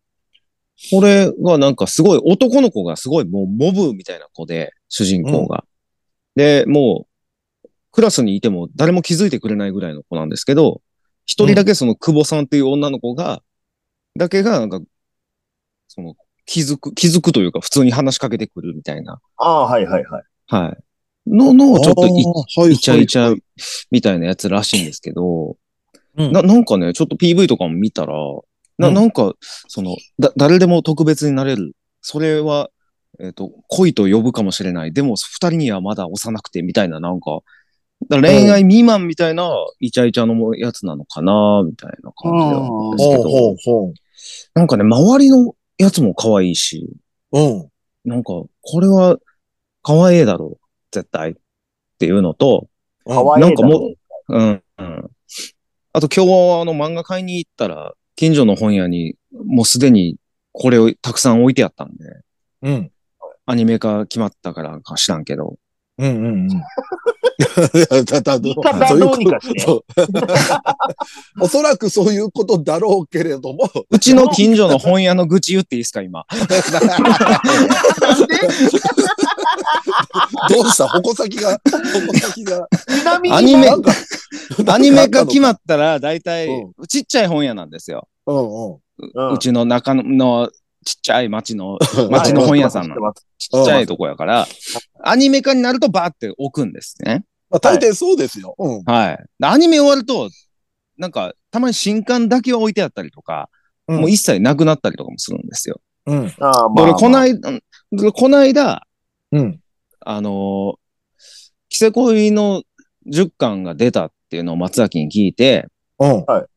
これがなんかすごい男の子がすごいもうモブみたいな子で、主人公が。うん、で、もう、クラスにいても誰も気づいてくれないぐらいの子なんですけど、一人だけその久保さんっていう女の子が、だけがなんか、その気づく、気づくというか普通に話しかけてくるみたいな。 ああ、はいはいはい。 はい。の、のをちょっとい、イチャイチャみたいなやつらしいんですけど、うん、な、なんかね、ちょっと ピーブイ とかも見たら、な、なんか、その、だ、誰でも特別になれる。それは、えっと、恋と呼ぶかもしれない。でも、二人にはまだ幼くて、みたいな、なんか、恋愛未満みたいな、イチャイチャのやつなのかな、みたいな感じなんですけど、ほうほうなんかね、周りのやつも可愛いし、うん。なんか、これは、可愛いだろう、絶対。っていうのと、 可愛いなんかもう、うん、うん。あと今日、あの、漫画買いに行ったら、近所の本屋に、もうすでにこれをたくさん置いてあったんで。うん。アニメ化決まったからか知らんけど。うんうんうん。いや、だ、だ、どうにかして。 おそらくそういうことだろうけれども。 うちの近所の本屋の愚痴言っていいですか、今。 どうした矛先が、矛先が。 ちなみに、 アニメ、アニメ化決まったら、だいたい、ちっちゃい本屋なんですよ。うんうん、うちの中のちっちゃい町の、町の本屋さんのちっちゃいとこやから、アニメ化になるとバーって置くんですね。 まあ、大抵そうですよ。 うん、はい。アニメ終わると、なんか、たまに新刊だけは置いてあったりとか、うん、もう一切なくなったりとかもするんですよ。うん。ああ、まあ、まあ。こないだ、こないだ、うん。あのー、キセ恋のじゅっかんが出たっていうのを松崎に聞いて、うん。はい。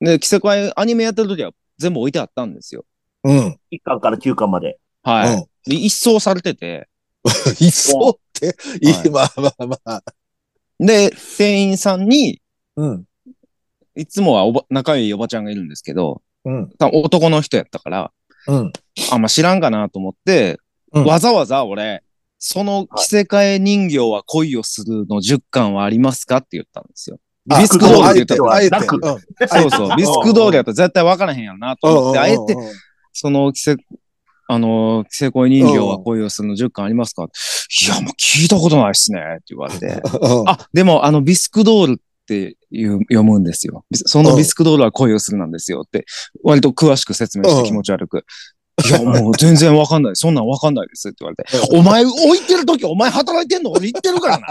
で、キセ恋アニメやってる時は全部置いてあったんですよ。 うん。いっかんからきゅうかんまで。 はい。うん、で一掃されてて。 一掃って、はい、まあまあまあ。 で、店員さんに、うん。いつもはおば仲いいおばちゃんがいるんですけど、うん。男の人やったから、うん。あんま知らんかなと思って、うん、わざわざ俺、その着せ替え人形は恋をするのじゅっかんはありますかって言ったんですよ。ビスクドールって言ったら、あえて、うん、そうそう、ビスクドールやったら絶対分からへんやろなと思って、あえて、その着せ、あの、着せ恋人形は恋をするのじゅっかんありますか、いや、もう聞いたことないっすねって言われて。あ、でもあのビスクドールっていう読むんですよ。そのビスクドールは恋をするなんですよって、割と詳しく説明して気持ち悪く。いや、もう全然わかんない。そんなんわかんないですって言われて。お前置いてるときお前働いてんの俺言ってるから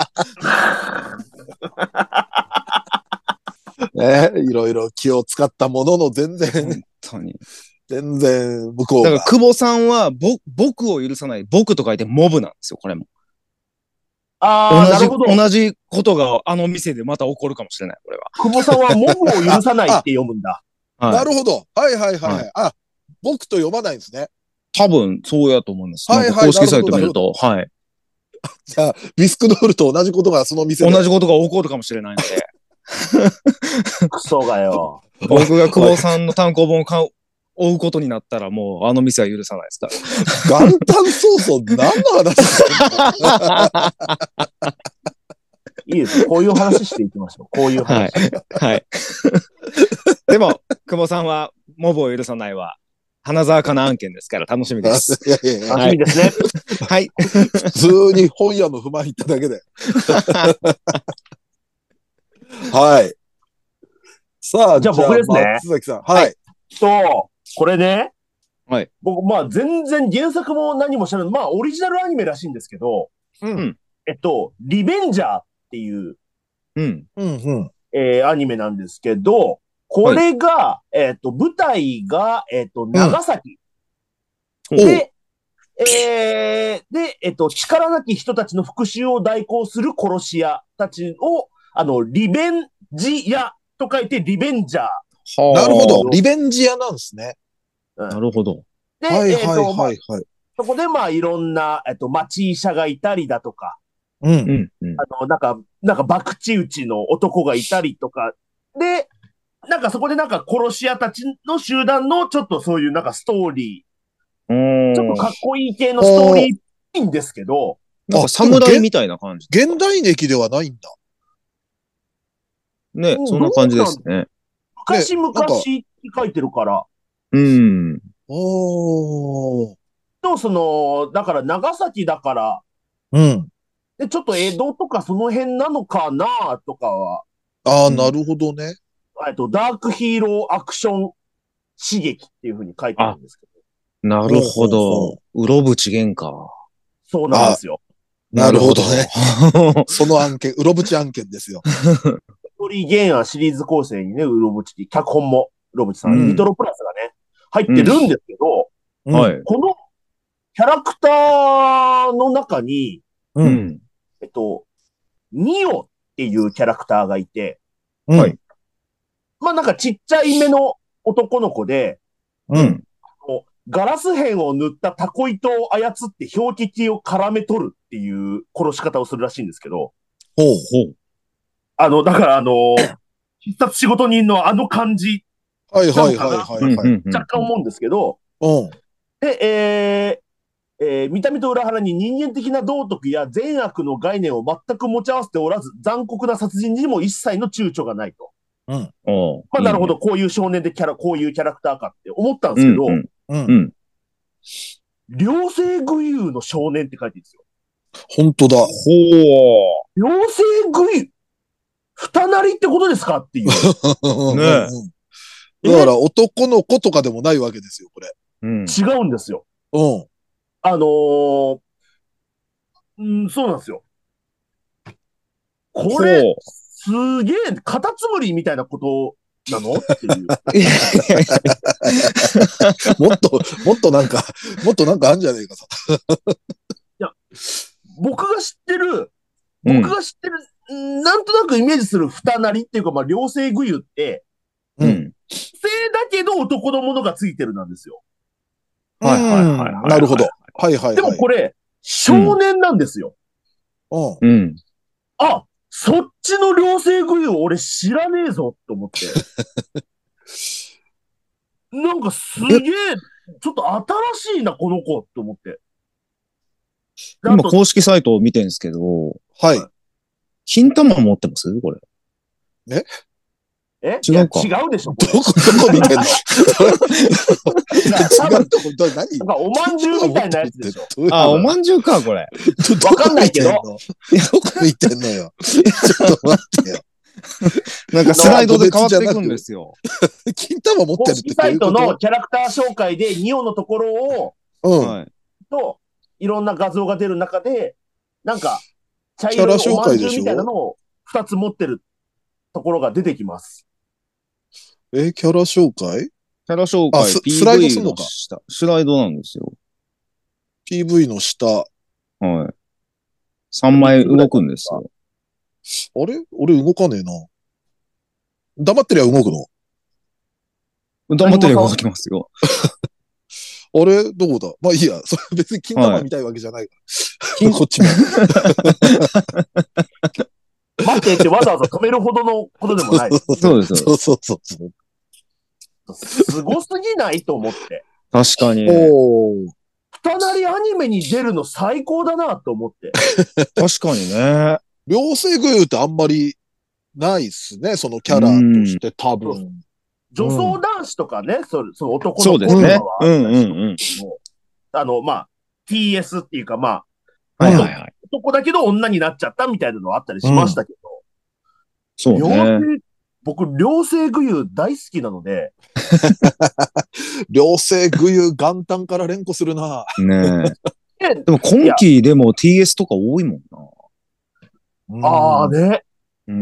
な。ね、いろいろ気を使ったものの全然。 本当に。 全然向こうが。だから久保さんはぼ僕を許さない。僕と書いてモブなんですよ、これも。 ああ、 なるほど。同じことがあの店でまた起こるかもしれない、これは。 久保さんはモブを許さないって読むんだ。 はい、なるほど。はいはいはいはい。はい、あ、僕と読まないんですね。 多分、そうやと思います。はいはい。公式サイト見ると。はい。 じゃあ、ビスクドールと同じことがその店で。 同じことが起こるかもしれないので。 クソがよ。 僕が久保さんの単行本を買う、追うことになったらもうあの店は許さないですから。元旦早々何の話いいです。こういう話していきましょう。こういう話。 はい。はい。でも、久保さんはモブを許さないは、花沢香菜案件ですから楽しみです。 いやいやいや楽しみですね。 はい。 普通に本屋の不満言っただけで。はい。さあ、 じゃあ僕ですね。 松崎さん。はい。 と、これね。 はい。 僕、まあ全然原作も何も知らない。まあオリジナルアニメらしいんですけど。 うん。 えっと、リベンジャーっていう。 うん。 うん。うん。 えー、アニメなんですけど、これが、はい、えっ、ー、と、舞台が、えっ、ー、と、長崎。うん、で、えー、で、えっ、ー、と、力なき人たちの復讐を代行する殺し屋たちを、あの、リベンジ屋と書いてリベンジャー。 なるほど。リベンジ屋なんですね。 うん、なるほど。 で、はいはいはいはい。 そこで、まあ、いろんな、えっと、町医者がいたりだとか、 うん。 あの、なんか、なんか、博打打ちの男がいたりとか、で、なんかそこでなんか殺し屋たちの集団のちょっとそういうなんかストーリー、ちょっとかっこいい系のストーリーっぽいんですけど、 なんか侍みたいな感じ。 現代劇ではないんだ。 ね、そんな感じですね。 昔々って書いてるから。 うん。 おー。 と、その、だから長崎だから、 うん。 で、ちょっと江戸とかその辺なのかなとかは、 ああ、なるほどね。 えっと、ダークヒーローアクション刺激っていう風に書いてあるんですけど。 なるほど。うろぶちげんか。 そうなんですよ。 なるほどね。その案件、うろぶち案件ですよ。 鳥原案シリーズ構成にね、うろぶち、脚本もうろぶちさん、うん、ニトロプラスがね、入ってるんですけど、 うんはい、 このキャラクターの中に、 うん、 えっと、ニオっていうキャラクターがいて、 はい。 まあなんかちっちゃい目の男の子で、 うん。 ガラス片を塗ったタコ糸を操って標的を絡め取るっていう殺し方をするらしいんですけど。 ほうほう。 あの、だからあの、必殺仕事人のあの感じはいはいはいはいはい。 若干思うんですけど、 うん。 で、えー、えー、見た目と裏腹に人間的な道徳や善悪の概念を全く持ち合わせておらず、残酷な殺人にも一切の躊躇がないと。 うん。 まあ、なるほど、こういう少年でキャラ、こういうキャラクターかって思ったんですけど、うんうん。両性具有の少年って書いてるんですよ。 本当だ。ほう。 両性具有二なりってことですかっていう。 ねえ。だから男の子とかでもないわけですよ、これ。 うん、違うんですよ。 うん。 あのー、うん、そうなんですよ。これ、すげえ、カタツムリみたいなことなのっていう。 もっと、もっとなんか、もっとなんかあるんじゃねえかさ。 いや、僕が知ってる、僕が知ってる、うん、なんとなくイメージする二なりっていうか、まあ、両性具有って、うん。女性だけど男のものがついてるなんですよ。 はいはいはい。なるほど。はいはいはい。 でもこれ、少年なんですよ。 うん。 うん。 あ、そっちの両性具有俺知らねえぞって思って。なんかすげえ、ちょっと新しいな、この子って思って。 今公式サイトを見てるんですけど、 はい。 金玉持ってますこれ。 ええ違うか。 違うでしょどこ、どこ見てんの違うとこ、何なんかおまんじゅうみたいなやつでしょ。 あ、おまんじゅうか、これ。 わかんないけど。 どこ見てんのよ。ちょっと待ってよ。 なんかスライドで変わっていくんですよ。 金玉持ってるって公式サイトのキャラクター紹介でニオのところを、うん。と、いろんな画像が出る中で、なんか、茶色いおまんじゅうみたいなのを二つ持ってるところが出てきます。 え、キャラ紹介キャラ紹介、 スライドすんのかスライドなんですよ。 ピーブイ の下。はい。 さんまい動くんですよ。 あれ俺動かねえな。黙ってりゃ動くの黙ってりゃ動きますよ。 あれどこだまあいいや。それ別に金玉見たいわけじゃないから。はい、こっちも。 待ってってわざわざ止めるほどのことでもない。 そうです。 そうそうそうそう。 すごすぎないと思って。 確かに。 おー。 二なりアニメに出るの最高だなと思って。 確かにね。 両性具有ってあんまりないっすね。そのキャラとして多分。 女装男子とかね、そその男の子とかはあったりして、 あの、まあ、ティーエス っていうかまあ、はいはいはい、 男だけど女になっちゃったみたいなのはあったりしましたけど。 うん、そうね。 僕、両性具有大好きなので。 両性具有元旦から連呼するな。 ねえ。でも今期でも ティーエス とか多いもんな。ああね。 うん。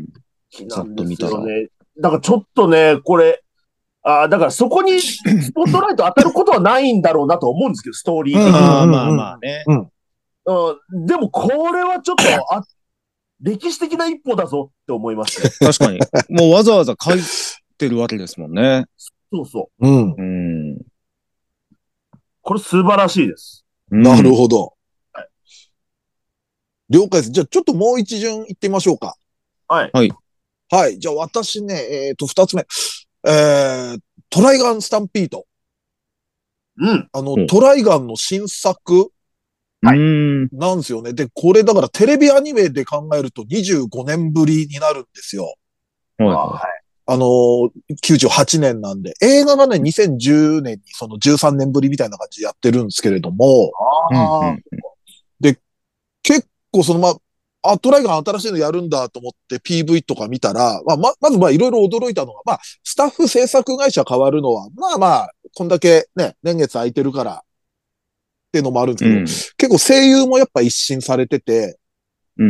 ざっと見たら。だからちょっとね、これ、ああ、だからそこにスポットライト当たることはないんだろうなと思うんですけど、ストーリー的に。 まあまあまあね。 うん。うん、でもこれはちょっと、あ、歴史的な一歩だぞって思いました。 確かに。もうわざわざ書いてるわけですもんね。 そうそう。うん。 うん。 これ素晴らしいです。 なるほど。はい、了解です。じゃあちょっともう一巡行ってみましょうか。 はい。 はい。 はい。じゃあ私ね、えっと、二つ目。えー、トライガンスタンピード。 うん。 あの、うん、トライガンの新作。 はい。 なんですよね。で、これだからテレビアニメで考えるとにじゅうごねんぶりになるんですよ。 はい。 あのー、きゅうじゅうはちねんなんで、映画がね、にせんじゅうねんにそのじゅうさんねんぶりみたいな感じでやってるんですけれども、 ああ、 で、結構そのま、あ、トライガン新しいのやるんだと思って ピーブイ とか見たら、まあ、ま、まずまあいろいろ驚いたのが、まあ、スタッフ制作会社変わるのは、まあまあ、こんだけね、年月空いてるからっていうのもあるんですけど、うん、結構声優もやっぱ一新されてて、 うん。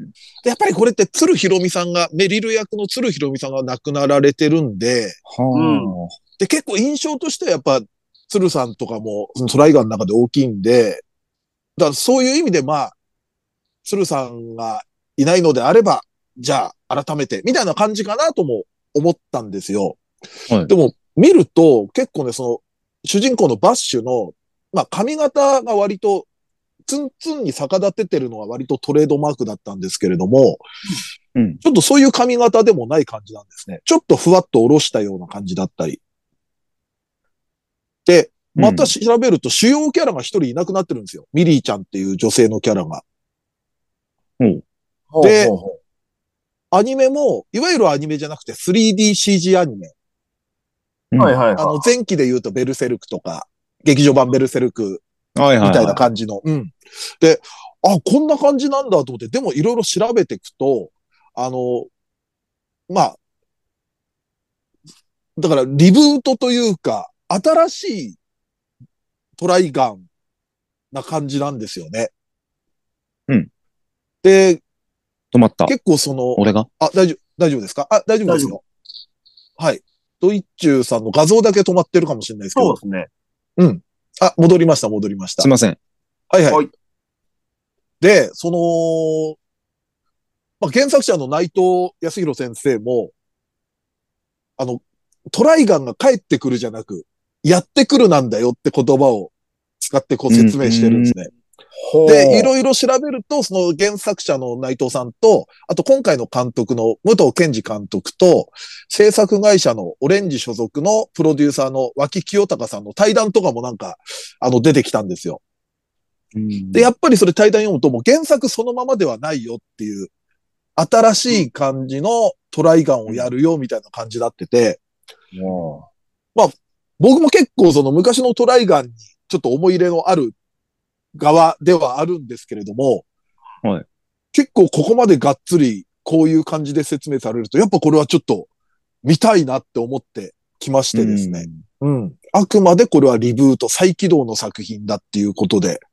で、やっぱりこれって鶴ひろみさんが、メリル役の鶴ひろみさんが亡くなられてるんで、はあ、で、結構印象としてはやっぱ、鶴さんとかも、そのトライガンの中で大きいんで、だからそういう意味でまあ、鶴さんがいないのであれば、じゃあ改めて、みたいな感じかなとも思ったんですよ。はい、でも、見ると結構ね、その、主人公のバッシュの、まあ髪型が割と、ツンツンに逆立ててるのは割とトレードマークだったんですけれども、うん、ちょっとそういう髪型でもない感じなんですね。ちょっとふわっと下ろしたような感じだったり。で、また調べると主要キャラが一人いなくなってるんですよ。ミリーちゃんっていう女性のキャラが。うん、で、ほうほうほう、アニメも、いわゆるアニメじゃなくて スリーディーシージー アニメ。はいはいはい。あの、前期で言うとベルセルクとか、劇場版ベルセルクみたいな感じの。うん。で、あ、こんな感じなんだと思って、でもいろいろ調べていくと、あの、まあ、だからリブートというか、新しいトライガンな感じなんですよね。 うん。 で、 止まった。 結構その、 俺があ、大丈夫、大丈夫ですか？あ、大丈夫ですよ。はい。ドイッチューさんの画像だけ止まってるかもしれないですけど。 そうですね。 うん。あ、戻りました、戻りました。 すいません。 はいはい。はい、で、その、まあ、原作者の内藤康弘先生も、あの、トライガンが帰ってくるじゃなく、やってくるなんだよって言葉を使ってこう説明してるんですね。で、いろいろ調べると、その原作者の内藤さんと、あと今回の監督の武藤健二監督と、制作会社のオレンジ所属のプロデューサーの脇清隆さんの対談とかもなんか、あの、出てきたんですよ。で、やっぱりそれ対談読むともう原作そのままではないよっていう、新しい感じのトライガンをやるよみたいな感じになってて、うん、まあ、僕も結構その昔のトライガンにちょっと思い入れのある側ではあるんですけれども、はい、結構ここまでがっつりこういう感じで説明されると、やっぱこれはちょっと見たいなって思ってきましてですね。うん、うん。あくまでこれはリブート、再起動の作品だっていうことで。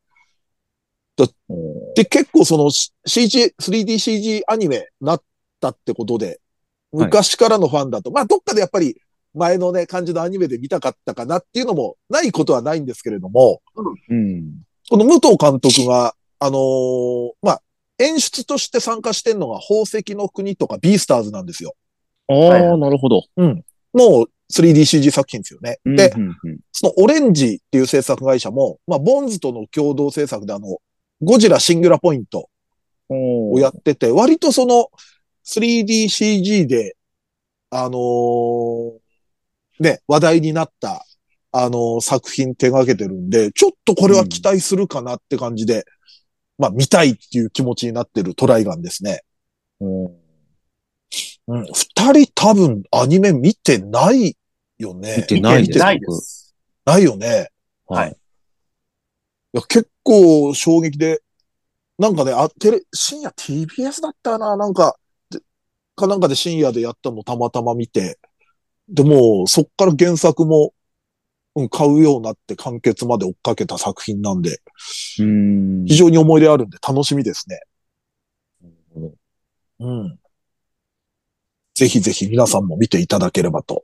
で、結構その シージー、スリーディーシージー アニメなったってことで、昔からのファンだと、はい、まあどっかでやっぱり前のね、感じのアニメで見たかったかなっていうのもないことはないんですけれども、うん、この武藤監督が、あのー、まあ、演出として参加してんのが宝石の国とかビースターズなんですよ。 ああ、はいはい、なるほど。 うん。もう スリーディーシージー 作品ですよね。うん、で、うんうん、そのオレンジっていう制作会社も、まあ、ボンズとの共同制作であの、ゴジラシンギュラポイントをやってて、割とその スリーディーシージー で、あのー、ね、話題になった、あのー、作品手掛けてるんで、ちょっとこれは期待するかなって感じで、うん、まあ見たいっていう気持ちになってるトライガンですね。うん。うん。二人多分アニメ見てないよね。 見てないです。 ないです。 ないよね。 はい。 いや、結構衝撃で、なんかね、あ、テレ、深夜 ティービーエス だったな、なんか、かなんかで深夜でやったのたまたま見て、でも、そっから原作も、うん、買うようになって完結まで追っかけた作品なんで、 うん、 非常に思い出あるんで楽しみですね。うん。ぜひぜひ皆さんも見ていただければと。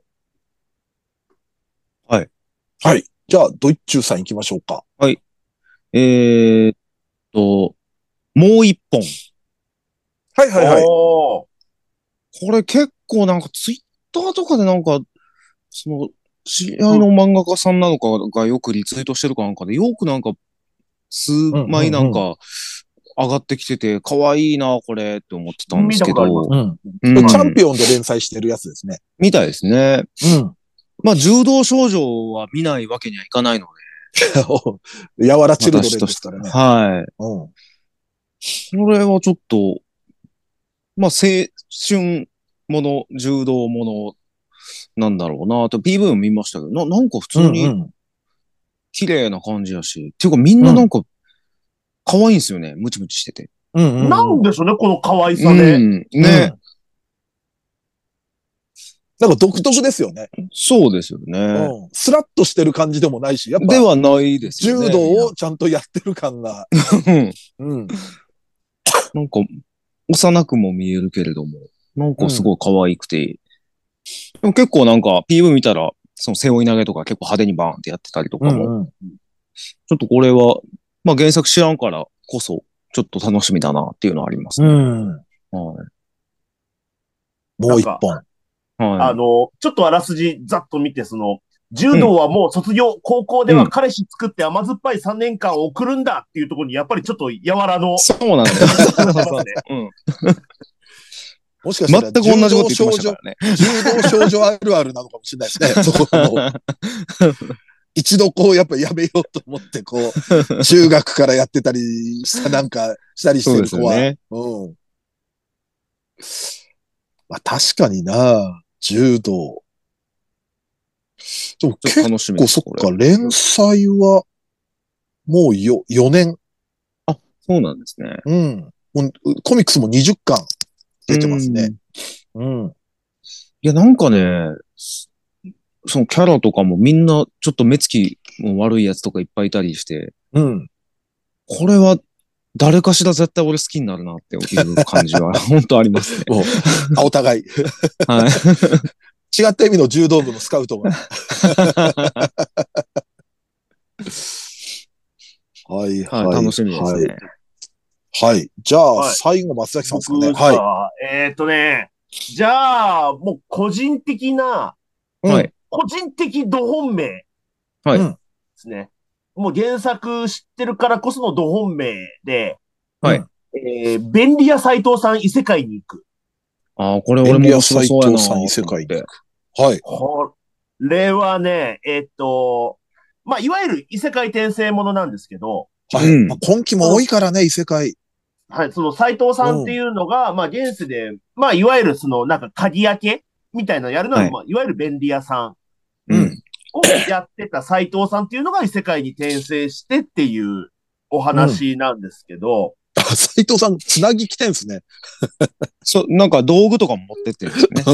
はい。 はい。じゃあ、ドイッチューさん行きましょうか。 はい。えー、っと、もう一本。 はいはいはい。 これ結構なんかツイッターとかでなんか、その、知り合いの漫画家さんなのかがよくリツイートしてるかなんかで、よくなんか、数枚なんか、上がってきてて、可愛いな、これ、って思ってたんですけど。 うん。うん、チャンピオンで連載してるやつですね。 みたいですね。 うん。 まあ、柔道少女は見ないわけにはいかないので。やわらチルドレンですからね。 はい。うん。それはちょっと、まあ、青春もの、柔道ものなんだろうな。あと ピーブイ も見ましたけど、な、なんか普通に綺麗な感じやし。っていうかみんななんか可愛いんですよね。ムチムチしてて。 うんうんうん、 なんでしょうね、この可愛さね。 うん、ね、うん。 なんか独特ですよね。 そうですよね。 うん。スラッとしてる感じでもないし、やっぱ。 ではないですよね。 柔道をちゃんとやってる感が。 うん。なんか、幼くも見えるけれども、なんかすごい可愛くて、うん、でも結構なんか ピーブイ 見たら、その背負い投げとか結構派手にバーンってやってたりとかも、うんうん、ちょっとこれは、まあ原作知らんからこそ、ちょっと楽しみだなっていうのはありますね。うん。はい、 もう一本。はい、 あの、ちょっとあらすじざっと見て、その、柔道はもう卒業、うん、高校では彼氏作って甘酸っぱいさんねんかんを送るんだっていうところに、やっぱりちょっと柔らの。 そうなんだよ。うん。 もしかしたら、 全く同じこと言ってましたからね。 柔道少女あるあるなのかもしれないですね。そこの。一度こう、やっぱやめようと思って、こう、中学からやってたりした、なんか、したりしてる子は。ね、うん。まあ確かにな、柔道。でも結構そっか、連載は、もうよ、よねん。 あ、そうなんですね。 うん。コミックスもにじゅっかん出てますね。うん。うん、 いや、なんかね、そのキャラとかもみんなちょっと目つきも悪いやつとかいっぱいいたりして、 うん。 これは誰かしら絶対俺好きになるなっていう感じは本当ありますね。もう、 お互い。はい。違った意味の柔道部のスカウトが。はいはい、はい。 楽しみですね。 はい。じゃあ、はい、最後松崎さんですかね。 はい。えっ、ー、とね、じゃあ、もう個人的な、はい。個人的ど本命。 はい。 ですね。もう原作知ってるからこそのど本命で、 はい。 えー、便利屋斎藤さん異世界に行く。 ああ、これ俺も面白そうやな。 便利屋斎藤さん異世界に行く。はい。 これはね、えー、っと、まあ、いわゆる異世界転生ものなんですけど。 はい。うん、まあ、今期も多いからね、異世界。 はい。その斎藤さんっていうのが、うん、まあ、現世で、まあ、いわゆるその、なんか鍵開けみたいなのやるのは、はい、まあ、いわゆる便利屋さん。うん。をやってた斎藤さんっていうのが異世界に転生してっていうお話なんですけど。 うん、斎藤さん、つなぎ来てんすね。 そう、なんか道具とかも持ってってるん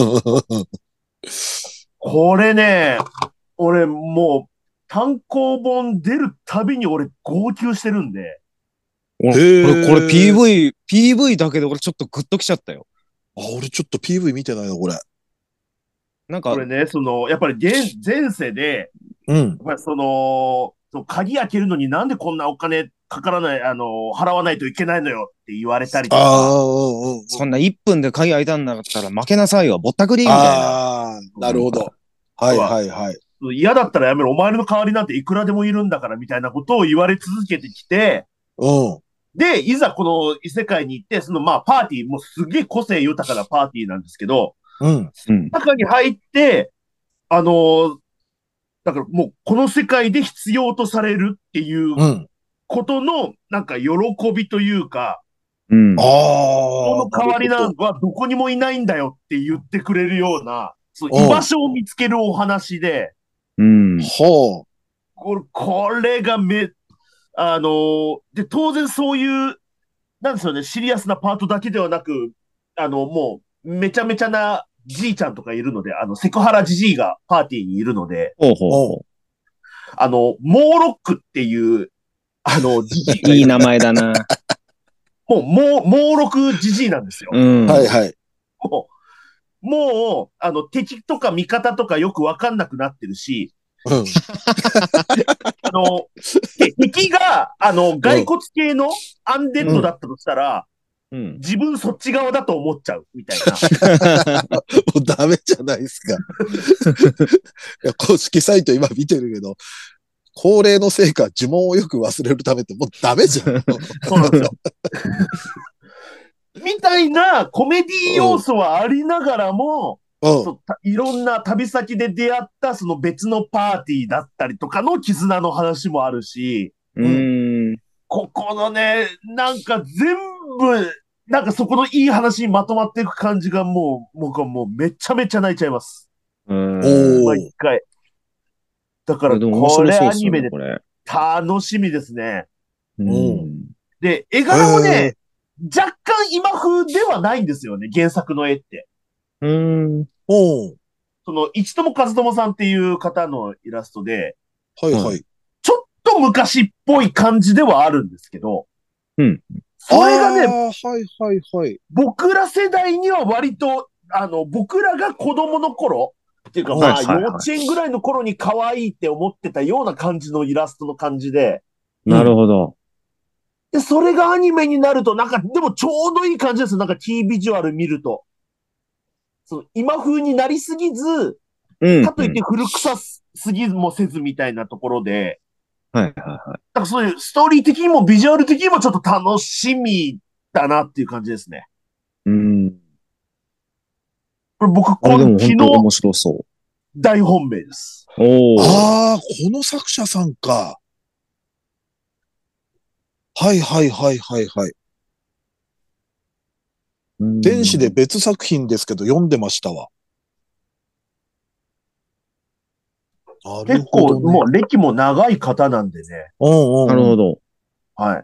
ですね。これね、俺もう単行本出るたびに俺号泣してるんで。 これ、これ ピーブイ、ピーブイ だけで俺ちょっとグッときちゃったよ。 あ、俺ちょっと ピーブイ 見てないな、これ。 なんか。これね、その、やっぱり現、前世で、うん。やっぱりその、その鍵開けるのになんでこんなお金かからない、あの、払わないといけないのよって言われたりとか。ああ、 うんうん。そんないっぷんで鍵開いたんだったら負けなさいよ、ぼったくりみたいな。 ああ、なるほど。はいはいはい。 嫌だったらやめろ、お前の代わりなんていくらでもいるんだからみたいなことを言われ続けてきて、 うん。 で、いざこの異世界に行って、そのまあパーティー、もうすげえ個性豊かなパーティーなんですけど、 うん。 中に入って、あのー、だからもうこの世界で必要とされるっていうことの、なんか喜びというか、 うん。ああ。 この代わりなんかはどこにもいないんだよって言ってくれるような、そう居場所を見つけるお話で、 うん。 ほう。 これ、これがめ、あのー、で、当然そういう、なんですよね、シリアスなパートだけではなく、あの、もう、めちゃめちゃなじいちゃんとかいるので、あの、セクハラじじいがパーティーにいるので、 ほうほうほう。 あの、モーロックっていう、あの、じじいがいる。 いい名前だな。 もう、もう、モーロクじじいなんですよ。 うん。 はいはい。 もう、もう、あの、敵とか味方とかよくわかんなくなってるし、 うん、 あの、敵が、あの、骸骨系のアンデッドだったとしたら、うん、自分そっち側だと思っちゃう、みたいな。 もうダメじゃないですか。いや、公式サイト今見てるけど、高齢のせいか呪文をよく忘れるためってもうダメじゃん。 そうなんですよ。みたいなコメディ要素はありながらも、そういろんな旅先で出会ったその別のパーティーだったりとかの絆の話もあるし、 うん、 ここのね、なんか全部、なんかそこのいい話にまとまっていく感じがもう、僕はもうめちゃめちゃ泣いちゃいます。 うん。 毎回。だから、これアニメで楽しみですね。 うん。 で、絵柄もね、若干今風ではないんですよね、原作の絵って。 うん。 おう。 その、一友和友さんっていう方のイラストで、 はいはい。 ちょっと昔っぽい感じではあるんですけど、 うん。 それがね、 はいはいはい。 僕ら世代には割と、あの、僕らが子供の頃、っていうかまあ、幼稚園ぐらいの頃に可愛いって思ってたような感じのイラストの感じで。 なるほど。 で、それがアニメになると、なんか、でもちょうどいい感じです。なんか T ビジュアル見ると。その今風になりすぎず、 うん、 かといって古臭すぎもせずみたいなところで、 はいはいはい。 なんかそういうストーリー的にもビジュアル的にもちょっと楽しみだなっていう感じですね。 うん。 これ僕、 これでも昨日、 面白そう。 大本命です。 おああ、この作者さんか。はいはいはいはいはい。天使で別作品ですけど読んでましたわ。 なるほど、ね、結構もう歴も長い方なんでね。 うんうん。 なるほど。 はい。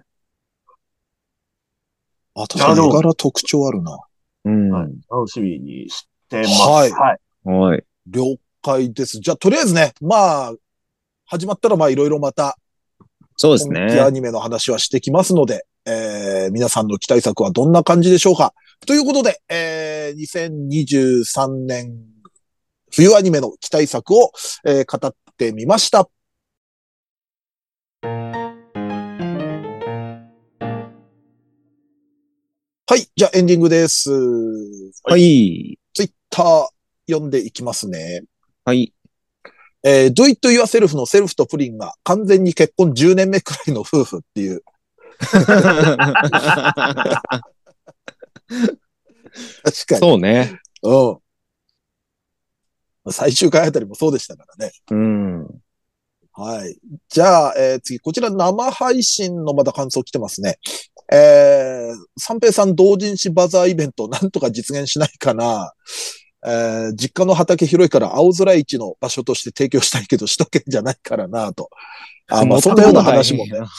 あ、確かに絵柄特徴あるな。 うん。 はい、楽しみにしてます。 はい。 はい。 はい。 了解です。じゃあ、とりあえずね、まあ、始まったらまあいろいろまた、 そうですね。 今期アニメの話はしてきますので、えー、皆さんの期待作はどんな感じでしょうか。ということで、えー、にせんにじゅうさんねん冬アニメの期待作を、えー、語ってみました。はい。じゃあエンディングです。 はい。 ツイッター読んでいきますね。 はい。 えー、Do It Yourself のセルフとプリンが完全に結婚じゅうねんめくらいの夫婦っていう。確かに。 そうね。 うん。最終回あたりもそうでしたからね。 うん。 はい。じゃあ、えー、次、こちら生配信のまだ感想来てますね。えー、三平さん同人誌バザーイベントなんとか実現しないかな。えー、実家の畑広いから青空市の場所として提供したいけど首都圏じゃないからなと。あ、まあそんなような話もね。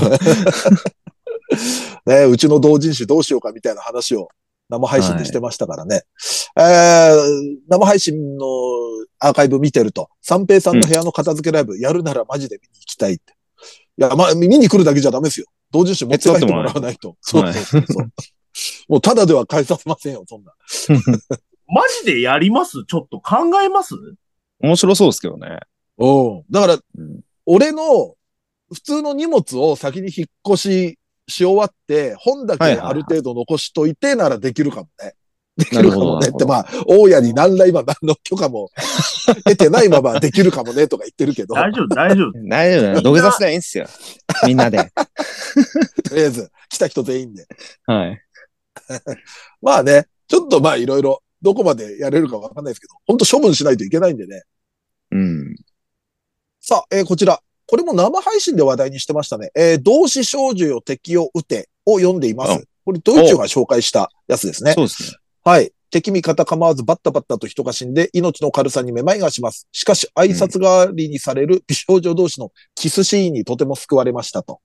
ね、うちの同人誌どうしようかみたいな話を生配信でしてましたからね。はい、えー、生配信のアーカイブ見てると、三平さんの部屋の片付けライブ、やるならマジで見に行きたいって。いや、まあ、見に来るだけじゃダメですよ。同人誌持って帰ってもらわないと。そうそうそうそう。もうただでは返させませんよ、そんな。 マジでやりますちょっと考えます面白そうですけどね。 うん。だから、うん、俺の普通の荷物を先に引っ越しし終わって、本だけある程度残しといてならできるかもね。できるかもねって、まあ、大家に何ら今何の許可も得てないままできるかもねとか言ってるけど。 大丈夫、大丈夫。 大丈夫。土下座すりゃいいんすよ。みんなで。 とりあえず、来た人全員で。 はい。 まあね、ちょっとまあいろいろ、どこまでやれるかわかんないですけど、本当処分しないといけないんでね。 うん。 さあ、えー、こちら。これも生配信で話題にしてましたね。えー、同志少女よ敵を撃てを読んでいます。これドイツが紹介したやつですね。 そうですね。 はい。敵味方構わずバッタバッタと人が死んで命の軽さにめまいがします。しかし挨拶代わりにされる美少女同士のキスシーンにとても救われましたと。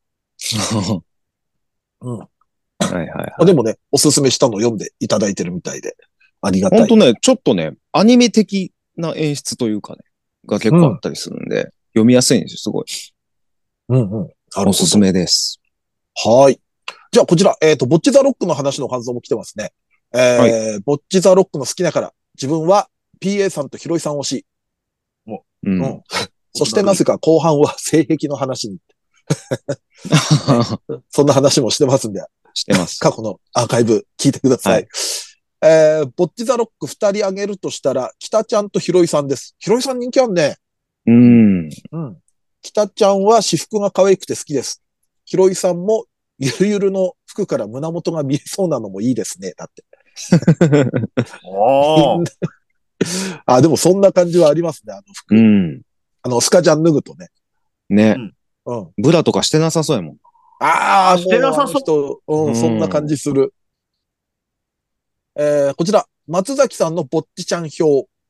うん。はいはいはい。でもね、おすすめしたのを読んでいただいてるみたいで、ありがたい。 本当ね、ちょっとね、アニメ的な演出というかね、が結構あったりするんで、うん、読みやすいんですよ、すごい。 うんうん。 おすすめです。 はい。じゃあこちら、えっと、ボッチザロックの話の感想も来てますね。えー、はい、ボッチザロックの好きだから、自分は ピーエー さんとヒロイさん推し。もう、うん。うん、そしてなぜか後半は性癖の話に。そんな話もしてますんで。 してます。 過去のアーカイブ聞いてください。はい、えー、ボッチザロック二人挙げるとしたら、北ちゃんとヒロイさんです。ヒロイさん人気あんね。 うん。 うん。北ちゃんは私服が可愛くて好きです。ヒロイさんもゆるゆるの服から胸元が見えそうなのもいいですね。だって。あ、でもそんな感じはありますね、あの服。 うん。 あの、スカジャン脱ぐとね。 ね。うん。ブラとかしてなさそうやもん。 ああ、してなさそう。うん、そんな感じする。えー、こちら、松崎さんのぼっちちゃん表。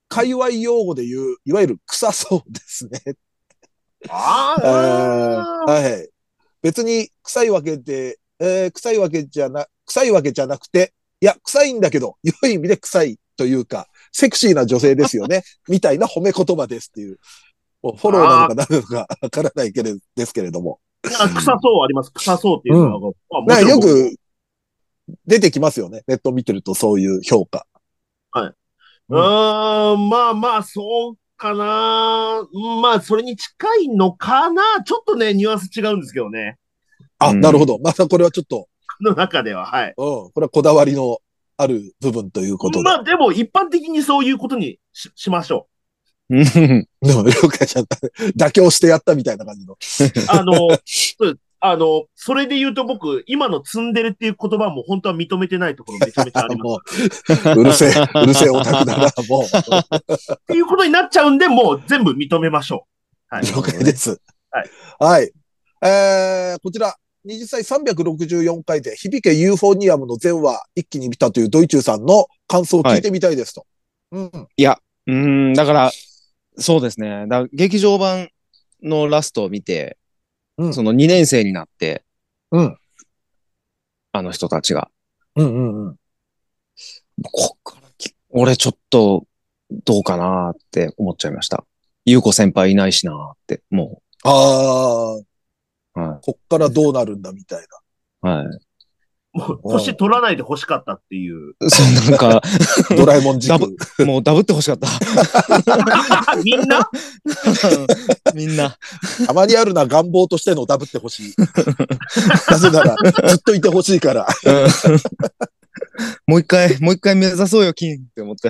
界隈用語で言う、いわゆる臭そうですね。 ああ、はい。別に臭いわけで、えー、臭いわけじゃな、臭いわけじゃなくて、いや、臭いんだけど、良い意味で臭いというか、セクシーな女性ですよね。みたいな褒め言葉ですっていう。フォローなのか何なのかわからないけれですけれども。 臭そうあります。臭そうっていうのは、うんまあ、よく出てきますよね。ネット見てるとそういう評価。 はい。うん、ーん、まあまあ、そうかな。まあ、それに近いのかな。ちょっとね、ニュアンス違うんですけどね。 あ、うん、なるほど。またこれはちょっと。 の中では、はい。 うん。これはこだわりのある部分ということで。 まあ、でも一般的にそういうことに し, しましょう。でも、了解ちゃんと妥協してやったみたいな感じの。 あの、あの、それで言うと僕、今のツンデレっていう言葉も本当は認めてないところめちゃめちゃあります。 うるせえ、うるせえオタクだな、もう。 っていうことになっちゃうんで、もう全部認めましょう。はい。了解です。 はい。 はい。えー、こちら、はたちさんびゃくろくじゅうよんかいで、響けユーフォニアムの全話一気に見たというドイチューさんの感想を聞いてみたいですと。 はい、うん。いや、うん、だから、そうですね。だ劇場版のラストを見て、うん、そのにねん生になって、 うん。 あの人たちが。 うんうんうん。 こっから、俺ちょっと、どうかなって思っちゃいました。ゆうこ先輩いないしなって、もう。ああ。 はい。 こっからどうなるんだみたいな。はい。 もう、年取らないで欲しかったっていう。 そう、なんか、 ドラえもん軸。 もうダブって欲しかった。 みんなみんな。 たまにあるな、願望としてのダブって欲しい。なぜなら、ずっといて欲しいから。 もう一回、もう一回目指そうよ、金って思って。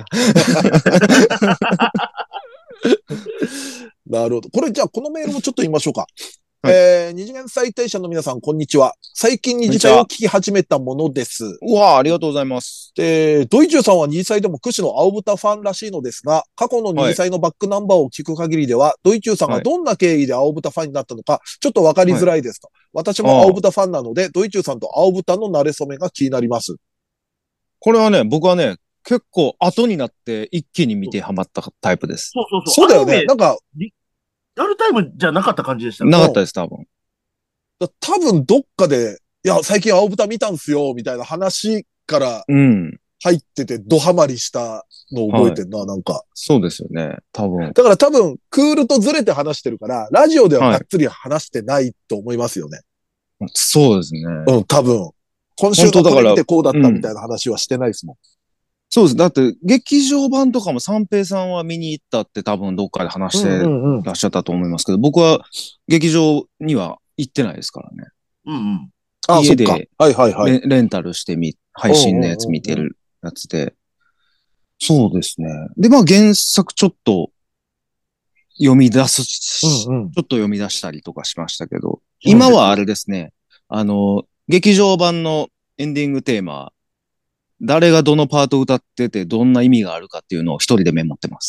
なるほど。これじゃあ、このメールもちょっと言いましょうか。はい、えー、二次元再大社の皆さん、こんにちは。最近二次会を聞き始めたものです。 うわあ、ありがとうございます。 で、ドイチューさんは二次祭でも屈指の青豚ファンらしいのですが、過去の二次祭のバックナンバーを聞く限りでは、はい、ドイチューさんがどんな経緯で青豚ファンになったのか、ちょっとわかりづらいですと。はい、私も青豚ファンなので、ドイチューさんと青豚の馴れ初めが気になります。 これはね、僕はね、結構後になって一気に見てハマったタイプです。 そうそうそう。そうだよね。なんか、 リアルタイムじゃなかった感じでしたね。 なかったです、多分。 多分どっかで、いや、最近青豚見たんすよ、みたいな話から入っててドハマりしたのを覚えてんな、はい、なんか。 そうですよね、多分。 だから多分、クールとずれて話してるから、ラジオではがっつり話してないと思いますよね。 はい、そうですね。 うん、多分。今週のこれ見てこうだったみたいな話はしてないですもん。 そうです。だって、劇場版とかも三平さんは見に行ったって多分どっかで話してらっしゃったと思いますけど、うんうんうん、僕は劇場には行ってないですからね。 うんうん。 家ではいはいはい、 レ、レンタルしてみ、配信のやつ見てるやつで。そうですね。で、まあ原作ちょっと読み出すし、うんうん、ちょっと読み出したりとかしましたけど、今はあれですね、あの、劇場版のエンディングテーマ、誰がどのパートを歌っててどんな意味があるかっていうのを一人でメモってます。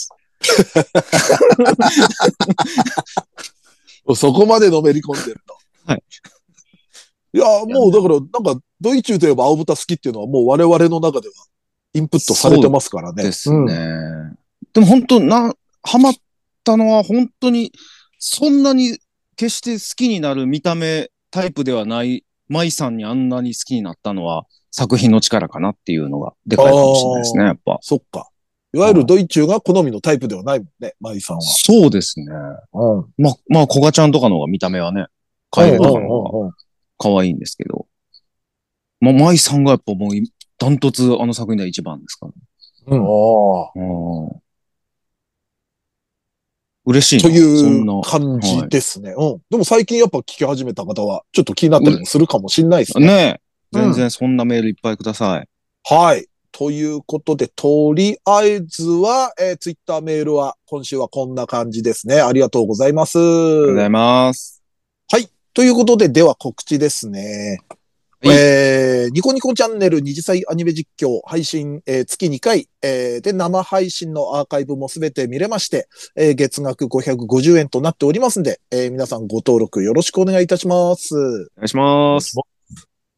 そこまでのめり込んでると。 はい。 いや、もうだから、なんか、ドイチューといえば青豚好きっていうのはもう我々の中ではインプットされてますからね。 そうですね。うん、でも本当な、ハマったのは本当に、そんなに決して好きになる見た目タイプではない舞さんにあんなに好きになったのは作品の力かなっていうのがでかいかもしれないですね、やっぱ。 そっか。いわゆるドイチューが好みのタイプではないもんね、舞さんは。 そうですね。うん、ま、まあ、小賀ちゃんとかの方が見た目はね、カエルとかの方が可愛いんですけど。まあ、舞さんがやっぱもうダントツあの作品では一番ですからね。 うん。 ああ。嬉しいという感じですね。はい、うん。でも最近やっぱ聞き始めた方は、ちょっと気になったりもするかもしれないですね。 ねえ。全然そんなメールいっぱいください。 うん、はい。ということで、とりあえずは、えー、ツイッターメールは、今週はこんな感じですね。ありがとうございます。ありがとうございます。 はい。ということで、では告知ですね。えー、ニコニコチャンネル二次祭アニメ実況配信、えー、月にかい、えー、で生配信のアーカイブもすべて見れまして、えー、月額ごひゃくごじゅうえんとなっておりますんで、えー、皆さんご登録よろしくお願いいたします。お願いします。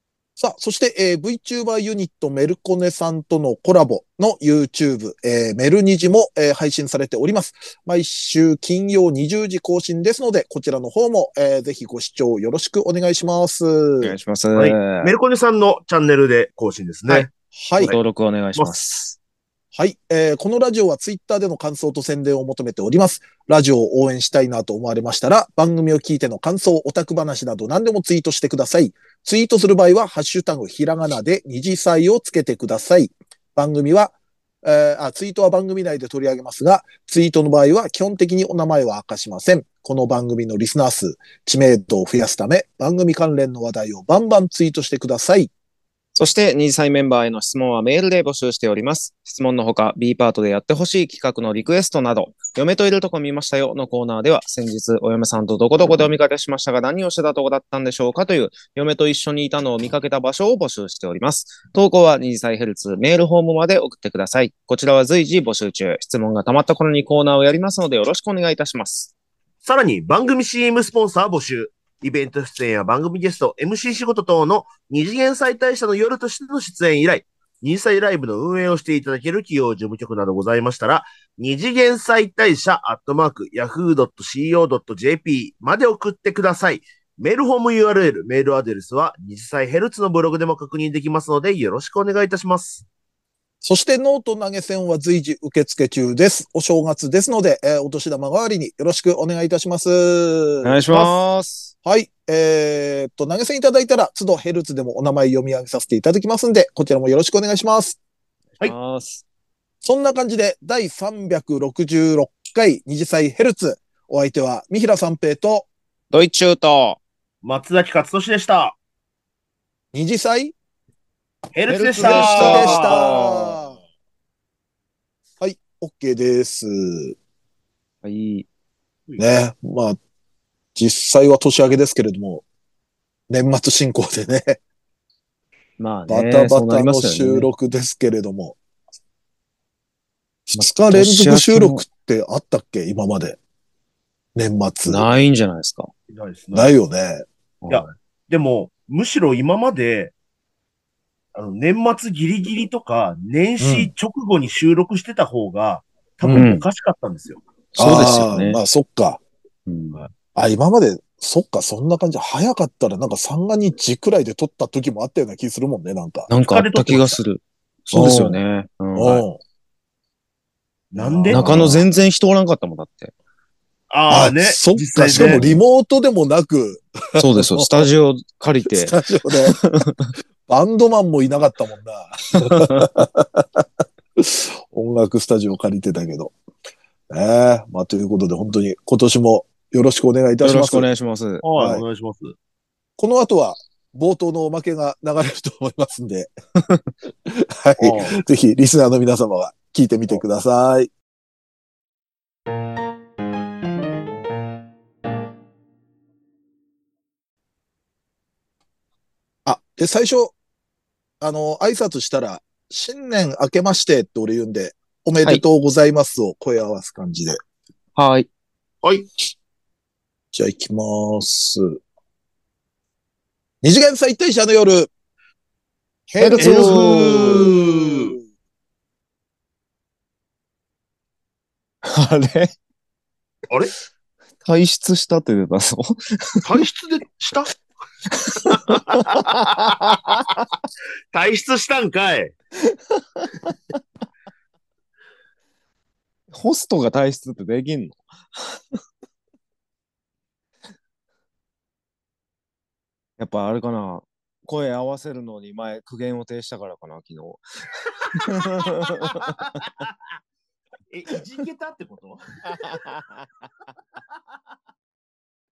さあ、そして、えー、VTuber ユニットメルコネさんとのコラボの YouTube、えー、メルニジも、えー、配信されております。毎週金曜にじゅうじ更新ですので、こちらの方も、えー、ぜひご視聴よろしくお願いします。お願いします。 はい。メルコネさんのチャンネルで更新ですね。はい。 はい。 ご登録お願いします。 はい、えー。このラジオはツイッターでの感想と宣伝を求めております。ラジオを応援したいなと思われましたら、番組を聞いての感想、オタク話など何でもツイートしてください。ツイートする場合は、ハッシュタグひらがなで二次祭をつけてください。番組は、えー、あ、ツイートは番組内で取り上げますが、ツイートの場合は基本的にお名前は明かしません。この番組のリスナー数、知名度を増やすため、番組関連の話題をバンバンツイートしてください。 そして、二次祭メンバーへの質問はメールで募集しております。質問のほか、B パートでやってほしい企画のリクエストなど、嫁といるとこ見ましたよのコーナーでは、先日お嫁さんとどこどこでお見かけしましたが何をしてたとこだったんでしょうかという、嫁と一緒にいたのを見かけた場所を募集しております。投稿は二次祭ヘルツメールフォームまで送ってください。こちらは随時募集中。質問が溜まった頃にコーナーをやりますのでよろしくお願いいたします。 さらに、番組 シーエム スポンサー募集。イベント出演や番組ゲスト、エムシー 仕事等の二次元再大社の夜としての出演以来、二次祭ライブの運営をしていただける企業事務局などございましたら、二次元再大社アットマーク ヤフードットシーオードットジェーピー まで送ってください。メールフォーム ユーアールエル、メールアドレスは二次祭ヘルツのブログでも確認できますのでよろしくお願いいたします。 そしてノート投げ銭は随時受付中です。お正月ですので、えー、お年玉代わりによろしくお願いいたします。 お願いします。 はい。えー、っと、投げ銭いただいたら、都度ヘルツでもお名前読み上げさせていただきますんで、こちらもよろしくお願いします。 はい。 そんな感じで、だいさんびゃくろくじゅうろっかい二次祭ヘルツ。お相手は、三平三平と、 ドイチューと、 松崎勝利でした。 二次祭ヘルツでした。 ヘルツでした。はい、OK です。 はい。 ね、まあ、実際は年明けですけれども、年末進行でね、 まあね、 バタバタの収録ですけれども、 ふつか連続収録ってあったっけ今まで。年末。 ないんじゃないですか。 ないですね。 ないよね。 いや、でも、むしろ今まで、あの、年末ギリギリとか、年始直後に収録してた方が、多分おかしかったんですよ。 うん、そうですよね。 まあ、そっか。うん、あ、今まで、そっか、そんな感じ。早かったら、なんか三が日くらいで撮った時もあったような気するもんね、なんか。 なんかあった気がする。そうですよね。うん。はい、 なんで中野全然人おらんかったもんだって。 ああね。そっか、しかもリモートでもなく。 そうですよ、スタジオ借りて。 スタジオで。バンドマンもいなかったもんな。音楽スタジオ借りてたけど。ええー、まあということで本当に今年もよろしくお願いいたします。よろしくお願いします。 はい、お願いします。 この後は冒頭のおまけが流れると思いますんで。はい。ぜひリスナーの皆様は聞いてみてください。あ、で、最初、あの、挨拶したら、新年明けましてって俺言うんで、おめでとうございますを声合わす感じで。 はい。 はい。 じゃあ行きまーす。二次元再大社の夜。ヘルツー。 あれあれ退出したって出たぞ。 退出でした退出したんかい。 ホストが退出ってできんのやっぱあれかな。声合わせるのに前苦言を呈したからかな、昨日。 え、いじけたってこと